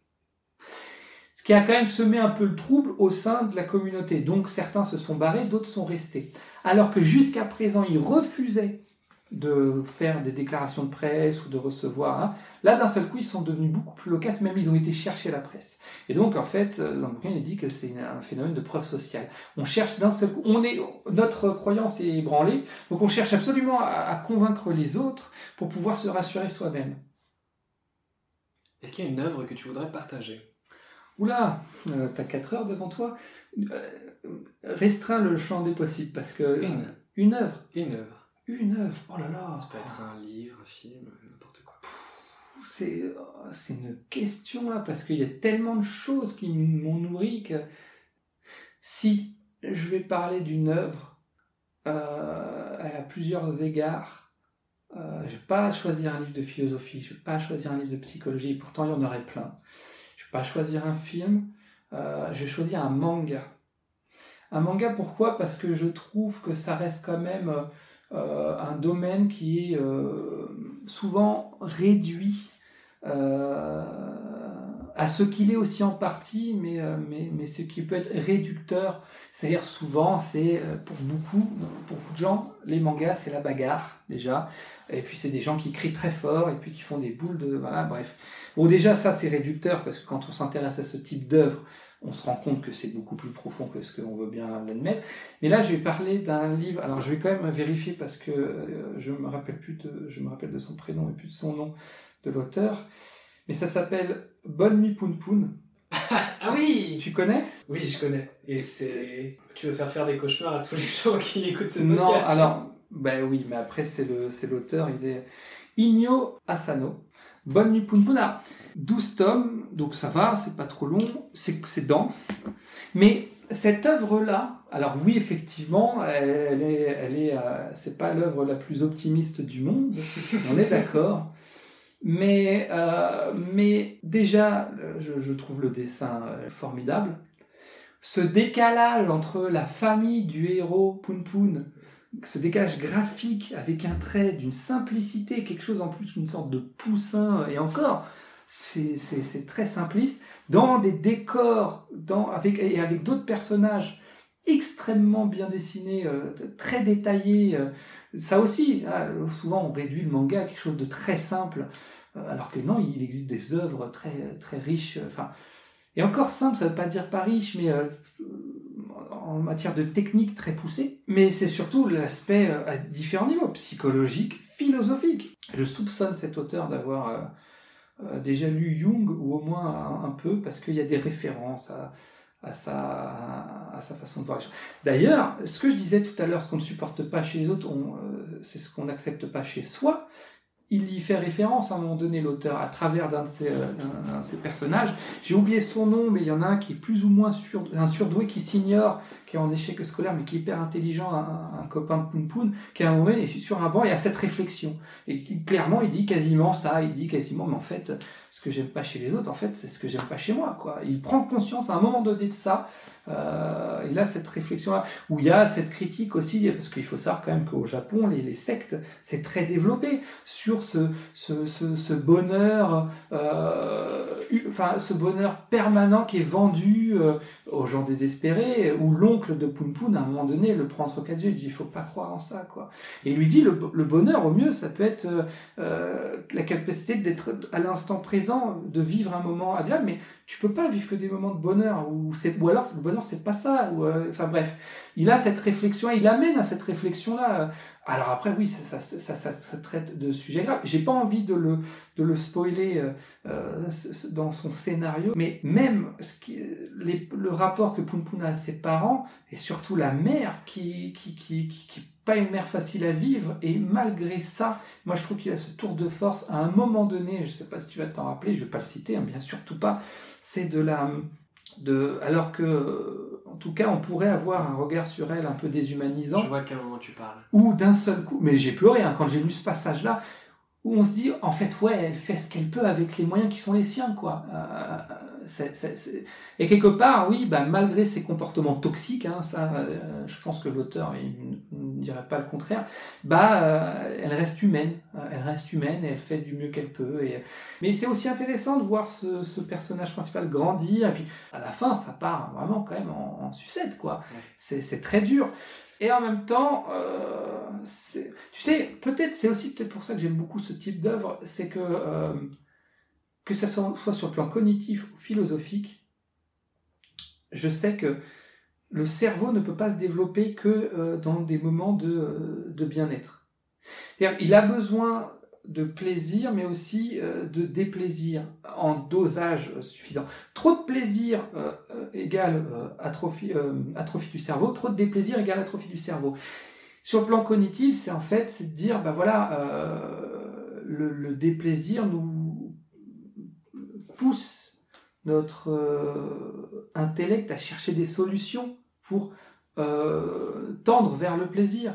Ce qui a quand même semé un peu le trouble au sein de la communauté. Donc, certains se sont barrés, d'autres sont restés. Alors que jusqu'à présent, ils refusaient de faire des déclarations de presse ou de recevoir. Hein. Là, d'un seul coup, ils sont devenus beaucoup plus loquaces, même ils ont été chercher la presse. Et donc, en fait, dans le bouquin, il dit que c'est un phénomène de preuve sociale. On cherche d'un seul coup, on est, notre croyance est ébranlée, donc on cherche absolument à, à convaincre les autres pour pouvoir se rassurer soi-même. Est-ce qu'il y a une œuvre que tu voudrais partager ? Oula, euh, t'as quatre heures devant toi. Euh, restreins le champ des possibles, parce que... Une. Une œuvre. Une œuvre. Une œuvre, oh là là. Ça peut être un livre, un film, n'importe quoi. C'est, c'est une question là, parce qu'il y a tellement de choses qui m'ont nourri que si je vais parler d'une œuvre euh, à plusieurs égards, euh, je ne vais pas choisir un livre de philosophie, je ne vais pas choisir un livre de psychologie, pourtant il y en aurait plein. Je ne vais pas choisir un film, euh, je vais choisir un manga. Un manga, pourquoi ? Parce que je trouve que ça reste quand même... Euh, un domaine qui est, euh, souvent réduit euh, à ce qu'il est aussi en partie, mais, euh, mais, mais ce qui peut être réducteur. C'est-à-dire souvent, c'est euh, pour beaucoup, pour beaucoup de gens, les mangas, c'est la bagarre, déjà. Et puis c'est des gens qui crient très fort, et puis qui font des boules de... Voilà, bref. Bon, déjà, ça, c'est réducteur, parce que quand on s'intéresse à ce type d'œuvre, on se rend compte que c'est beaucoup plus profond que ce qu'on veut bien l'admettre. Mais là, je vais parler d'un livre... Alors, je vais quand même vérifier, parce que euh, je me rappelle plus de... Je me rappelle de son prénom et plus de son nom de l'auteur. Mais ça s'appelle Bonne nuit Poun Poun. Ah oui! Tu connais? Oui, je connais. Et c'est... Tu veux faire faire des cauchemars à tous les gens qui écoutent ce Non, podcast. alors... Ben oui, mais après, c'est, le, c'est l'auteur, il est Inyo Asano. Bonne nuit Poun Poun. Alors, douze tomes, donc ça va, c'est pas trop long, c'est, c'est dense. Mais cette œuvre-là, alors oui, effectivement, elle est, elle est, euh, c'est pas l'œuvre la plus optimiste du monde, on est d'accord. Mais, euh, mais déjà, je, je trouve le dessin formidable. Ce décalage entre la famille du héros Poun Poun, ce décalage graphique avec un trait d'une simplicité, quelque chose en plus, une sorte de poussin, et encore, c'est, c'est, c'est très simpliste, dans des décors, dans, avec, et avec d'autres personnages extrêmement bien dessinés, euh, très détaillés. Euh, ça aussi, hein, souvent on réduit le manga à quelque chose de très simple, euh, alors que non, il existe des œuvres très, très riches. Enfin, et encore simple, ça ne veut pas dire pas riche, mais euh, en matière de technique très poussée. Mais c'est surtout l'aspect euh, à différents niveaux, psychologique, philosophique. Je soupçonne cet auteur d'avoir euh, euh, déjà lu Jung, ou au moins un, un peu, parce qu'il y a des références à, à, sa, à, à sa façon de voir les choses. D'ailleurs, ce que je disais tout à l'heure, ce qu'on ne supporte pas chez les autres, on, euh, c'est ce qu'on n'accepte pas chez soi. Il y fait référence à un moment donné, l'auteur, à travers d'un de ses, euh, d'un de ses personnages. J'ai oublié son nom, mais il y en a un qui est plus ou moins sur, un surdoué qui s'ignore, qui est en échec scolaire, mais qui est hyper intelligent, un, un copain de Poun Poun, qui à un moment est sur un banc et a cette réflexion. Et qui, clairement, il dit quasiment ça, il dit quasiment, mais en fait, ce que j'aime pas chez les autres, en fait, c'est ce que j'aime pas chez moi, quoi. Il prend conscience à un moment donné de ça. Euh, il a cette réflexion-là, où il y a cette critique aussi, parce qu'il faut savoir quand même qu'au Japon, les, les sectes, c'est très développé sur ce, ce, ce, ce bonheur, euh, enfin, ce bonheur permanent qui est vendu euh, aux gens désespérés, où l'oncle de Poun Poun, à un moment donné, le prend entre quatre yeux, il dit, il faut pas croire en ça, quoi. Et il lui dit, le, le bonheur, au mieux, ça peut être euh, euh, la capacité d'être à l'instant présent, de vivre un moment agréable, mais tu peux pas vivre que des moments de bonheur, ou, c'est, ou alors le bonheur c'est pas ça, ou, euh, enfin bref, il a cette réflexion, il amène à cette réflexion-là. Alors après oui, ça, ça, ça, ça, ça traite de sujets graves, j'ai pas envie de le, de le spoiler euh, dans son scénario, mais même ce qui, les, le rapport que Poun Poun a à ses parents, et surtout la mère, qui, qui, qui, qui, qui pas une mère facile à vivre, et malgré ça, moi je trouve qu'il a ce tour de force à un moment donné, je sais pas si tu vas t'en rappeler, je vais pas le citer, hein, bien surtout pas, c'est de la... De, alors que, en tout cas, on pourrait avoir un regard sur elle un peu déshumanisant. Je vois de quel moment tu parles. Ou d'un seul coup, mais j'ai pleuré hein, quand j'ai lu ce passage-là, où on se dit, en fait, ouais, elle fait ce qu'elle peut avec les moyens qui sont les siens, quoi. Euh, c'est, c'est, c'est... Et quelque part, oui, bah, malgré ses comportements toxiques, hein, ça, euh, je pense que l'auteur il ne dirait pas le contraire, bah, euh, elle reste humaine, elle reste humaine et elle fait du mieux qu'elle peut. Et... Mais c'est aussi intéressant de voir ce, ce personnage principal grandir, et puis à la fin, ça part vraiment quand même en, en sucette, quoi. Ouais. C'est, c'est très dur. Et en même temps, euh, c'est, tu sais, peut-être, c'est aussi peut-être pour ça que j'aime beaucoup ce type d'œuvre, c'est que, euh, que ça soit, soit sur le plan cognitif ou philosophique, je sais que le cerveau ne peut pas se développer que euh, dans des moments de, de bien-être. C'est-à-dire, il a besoin de plaisir, mais aussi euh, de déplaisir en dosage suffisant. Trop de plaisir euh, euh, égale euh, atrophie, euh, atrophie du cerveau, trop de déplaisir égale atrophie du cerveau. Sur le plan cognitif, c'est en fait, c'est de dire, ben voilà, euh, le, le déplaisir nous pousse notre euh, intellect à chercher des solutions pour Euh, tendre vers le plaisir.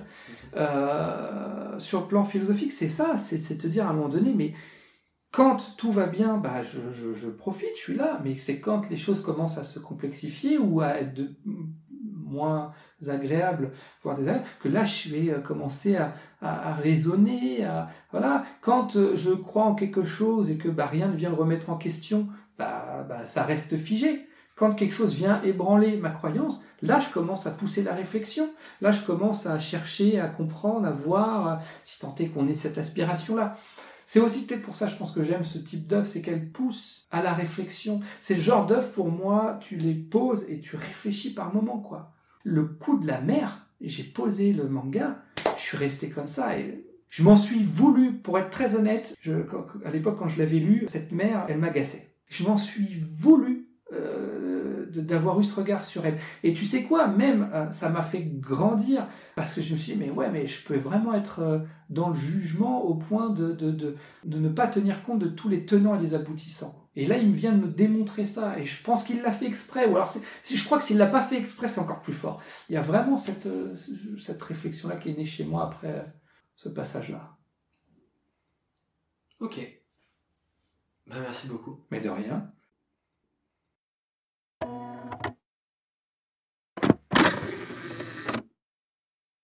Euh, sur le plan philosophique, c'est ça, c'est, c'est te dire à un moment donné, mais quand tout va bien, bah, je, je, je profite, je suis là, mais c'est quand les choses commencent à se complexifier ou à être de moins agréables, voire désagréables, que là je vais euh, commencer à, à, à raisonner, à, voilà. Quand euh, je crois en quelque chose et que bah, rien ne vient le remettre en question, bah, bah, ça reste figé. Quand quelque chose vient ébranler ma croyance, là je commence à pousser la réflexion, là je commence à chercher, à comprendre, à voir, si tant est qu'on ait cette aspiration-là. C'est aussi peut-être pour ça, je pense que j'aime ce type d'œuvre, c'est qu'elle pousse à la réflexion. C'est le genre d'œuvre, pour moi, tu les poses et tu réfléchis par moments, quoi. Le coup de la mer, j'ai posé le manga, je suis resté comme ça et je m'en suis voulu, pour être très honnête. Je, à l'époque, quand je l'avais lu, cette mer, elle m'agaçait. Je m'en suis voulu euh, d'avoir eu ce regard sur elle. Et tu sais quoi, même, euh, ça m'a fait grandir, parce que je me suis dit, mais ouais, mais je peux vraiment être euh, dans le jugement au point de, de, de, de ne pas tenir compte de tous les tenants et les aboutissants. Et là, il me vient de me démontrer ça, et je pense qu'il l'a fait exprès, ou alors c'est, si je crois que s'il l'a pas fait exprès, c'est encore plus fort. Il y a vraiment cette, euh, cette réflexion-là qui est née chez moi après ce passage-là. Ok. Ben, merci beaucoup. Mais de rien.